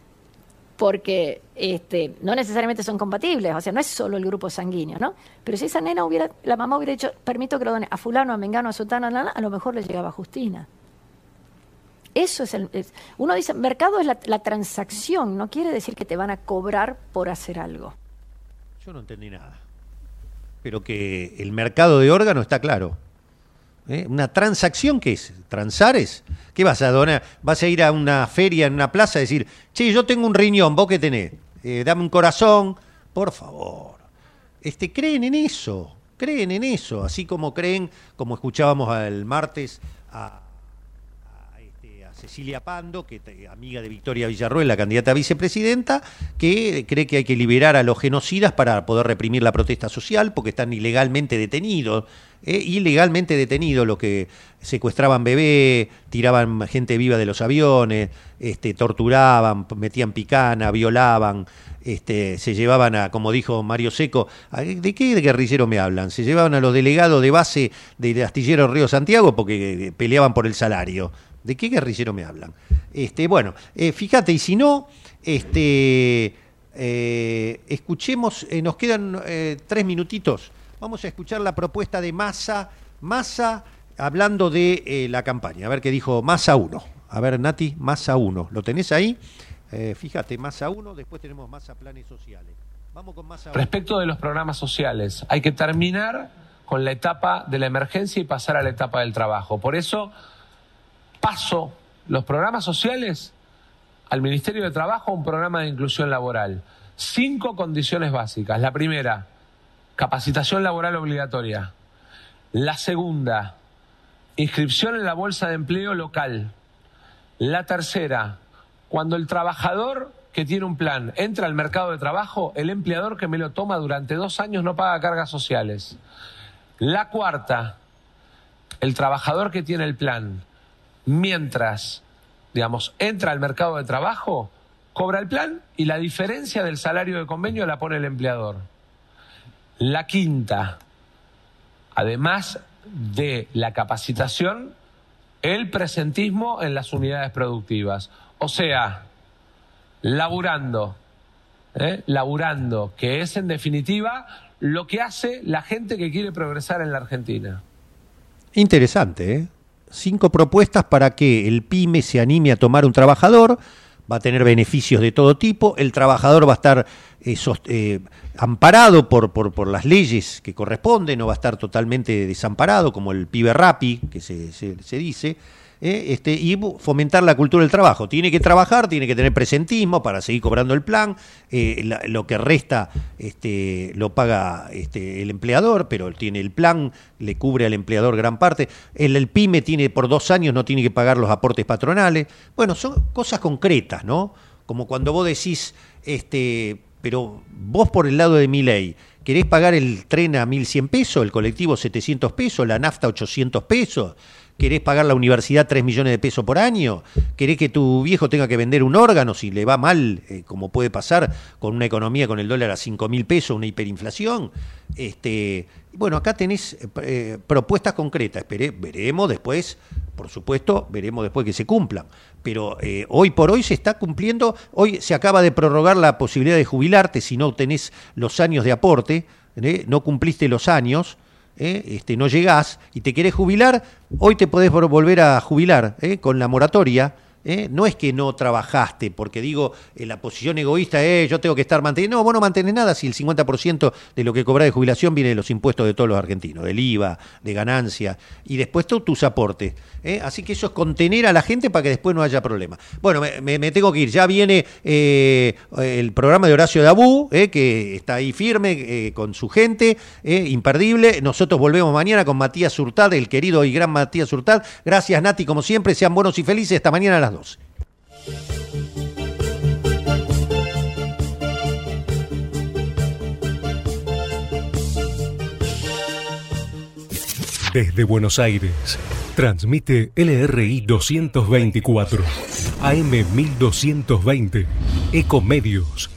porque este, no necesariamente son compatibles, o sea, no es solo el grupo sanguíneo, ¿no? Pero si esa nena hubiera... La mamá hubiera dicho, permito que lo done a fulano, a mengano, a sutano, a, nana, a lo mejor le llegaba a Justina. Eso es el... Es, uno dice, mercado es la, la transacción, no quiere decir que te van a cobrar por hacer algo. Yo no entendí nada. Pero que el mercado de órganos está claro. ¿Eh? ¿Una transacción qué es? ¿Transar es? ¿Qué vas a donar? ¿Vas a ir a una feria en una plaza y decir, che, yo tengo un riñón, vos qué tenés? Eh, dame un corazón. Por favor. Este, creen en eso. Creen en eso. Así como creen, como escuchábamos el martes a... Cecilia Pando, que es amiga de Victoria Villarroel, la candidata a vicepresidenta, que cree que hay que liberar a los genocidas para poder reprimir la protesta social, porque están ilegalmente detenidos, eh, ilegalmente detenidos los que secuestraban bebés, tiraban gente viva de los aviones, este, torturaban, metían picana, violaban, este, se llevaban a, como dijo Mario Seco, ¿de qué guerrillero me hablan? Se llevaban a los delegados de base de Astillero Río Santiago porque peleaban por el salario. ¿De qué guerrillero me hablan? Este, bueno, eh, fíjate, y si no, este, eh, escuchemos, eh, nos quedan eh, tres minutitos. Vamos a escuchar la propuesta de Massa, Massa hablando de eh, la campaña. A ver qué dijo Massa uno. A ver, Nati, Massa uno. ¿Lo tenés ahí? Eh, fíjate, Massa uno, después tenemos Massa planes sociales. Vamos con Massa uno. Respecto de los programas sociales, hay que terminar con la etapa de la emergencia y pasar a la etapa del trabajo. Por eso... paso los programas sociales al Ministerio de Trabajo a un programa de inclusión laboral. Cinco condiciones básicas. La primera, capacitación laboral obligatoria. La segunda, inscripción en la bolsa de empleo local. La tercera, cuando el trabajador que tiene un plan entra al mercado de trabajo, el empleador que me lo toma durante dos años no paga cargas sociales. La cuarta, el trabajador que tiene el plan, mientras, digamos, entra al mercado de trabajo, cobra el plan y la diferencia del salario de convenio la pone el empleador. La quinta, además de la capacitación, el presentismo en las unidades productivas. O sea, laburando, ¿eh? laburando, que es en definitiva lo que hace la gente que quiere progresar en la Argentina. Interesante, ¿eh? Cinco propuestas para que el pyme se anime a tomar un trabajador, va a tener beneficios de todo tipo, el trabajador va a estar eh, sost- eh, amparado por, por, por las leyes que corresponden, no va a estar totalmente desamparado, como el pibe Rappi, que se, se, se dice, eh, este, y fomentar la cultura del trabajo. Tiene que trabajar, tiene que tener presentismo para seguir cobrando el plan, eh, la, lo que resta este, lo paga este, el empleador, pero tiene el plan, le cubre al empleador gran parte. El, el pyme tiene por dos años, no tiene que pagar los aportes patronales. Bueno, son cosas concretas, ¿no? Como cuando vos decís, este, pero vos por el lado de Milei, ¿Querés pagar el tren a mil cien pesos, el colectivo setecientos pesos, la nafta ochocientos pesos? ¿Querés pagar la universidad tres millones de pesos por año? ¿Querés que tu viejo tenga que vender un órgano si le va mal, eh, como puede pasar con una economía con el dólar a cinco mil pesos, una hiperinflación? Este, bueno, acá tenés eh, propuestas concretas. Esperé, veremos después, por supuesto, veremos después que se cumplan. Pero eh, hoy por hoy se está cumpliendo. Hoy se acaba de prorrogar la posibilidad de jubilarte si no tenés los años de aporte, ¿eh? No cumpliste los años. ¿Eh? Este, no llegás y te querés jubilar, hoy te podés volver a jubilar ¿eh? con la moratoria. ¿Eh? No es que no trabajaste, porque digo, eh, la posición egoísta es eh, yo tengo que estar manteniendo. No, vos no mantenés nada si el cincuenta por ciento de lo que cobrás de jubilación viene de los impuestos de todos los argentinos, del I V A, de ganancia, y después todos tus aportes. ¿Eh? Así que eso es contener a la gente para que después no haya problema. Bueno, me, me, me tengo que ir. Ya viene eh, el programa de Horacio Dabú, eh, que está ahí firme eh, con su gente, eh, imperdible. Nosotros volvemos mañana con Matías Hurtad, el querido y gran Matías Hurtad. Gracias, Nati, como siempre. Sean buenos y felices. Hasta mañana a las doce. Desde Buenos Aires, transmite L R I doscientos veinticuatro, A M mil doscientos veinte, Ecomedios.